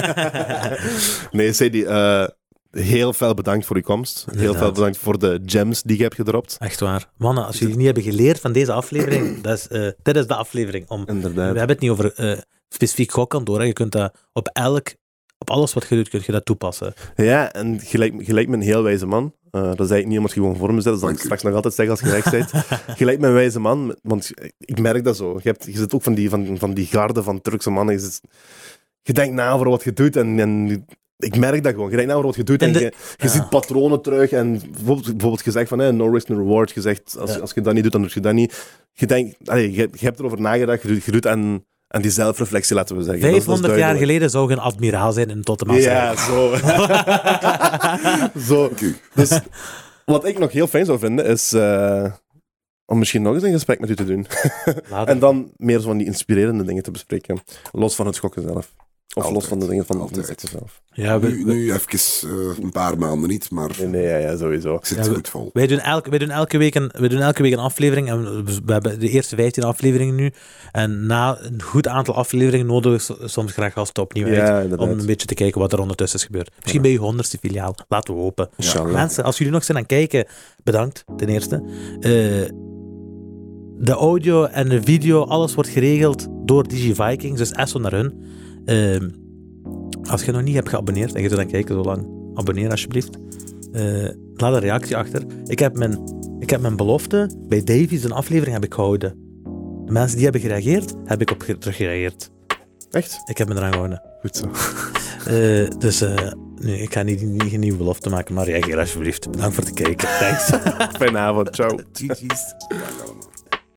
Nee, Sadie, heel veel bedankt voor uw komst. Heel Inderdaad. veel bedankt voor de gems die je hebt gedropt. Echt waar. Mannen, als jullie niet hebben geleerd van deze aflevering, dit is de aflevering. We Inderdaad. hebben het niet over specifiek gokkantoor. Hè. Je kunt dat op alles wat je doet, kun je dat toepassen. Ja, en je lijkt me een heel wijze man. Dat is eigenlijk niet omdat je gewoon voor me zit. Dat zal ik Dank u. straks nog altijd zeggen als je weg bent. Je lijkt me een wijze man, want ik merk dat zo. Je zit ook van die garde van Turkse mannen. Je denkt na over wat je doet en ik merk dat gewoon. Je denkt na over wat je doet en je ziet patronen terug. En bijvoorbeeld gezegd van no risk, no reward. Je zegt, als je dat niet doet, dan doe je dat niet. Je denkt, je hebt erover nagedacht. Je doet aan die zelfreflectie, laten we zeggen. 500 jaar duidelijk. geleden zou je een admiraal zijn in Tottenham. Ja, zo. Zo. Dus wat ik nog heel fijn zou vinden, is om misschien nog eens een gesprek met u te doen. En dan meer zo van die inspirerende dingen te bespreken. Los van het schokken zelf. Of Altijd. los van de dingen van Altijd. het zetten zelf. Ja, Nu even een paar maanden niet, maar Nee, ja, sowieso. ik zit goed vol. Wij doen elke week een aflevering. En we hebben de eerste 15 afleveringen nu. En na een goed aantal afleveringen nodigen we soms graag gasten opnieuw uit. Ja, inderdaad. Om een beetje te kijken wat er ondertussen is gebeurd. Misschien bij je 100ste filiaal. Laten we hopen. Inshallah. Mensen, als jullie nog zijn aan het kijken, bedankt ten eerste. De audio en de video, alles wordt geregeld door DigiVikings. Dus SO naar hun. Als je nog niet hebt geabonneerd en je zit aan het kijken zo lang, abonneer alsjeblieft. Laat een reactie achter. Ik heb mijn belofte bij Davies een aflevering heb ik gehouden. De mensen die hebben gereageerd, heb ik op terug gereageerd. Echt? Ik heb me eraan gehouden. Goed zo. Nee, ik ga niet een nieuwe belofte maken, maar reageer alsjeblieft. Bedankt voor het kijken. Thanks. Fijne avond. Ciao. GG's. Ja, nou,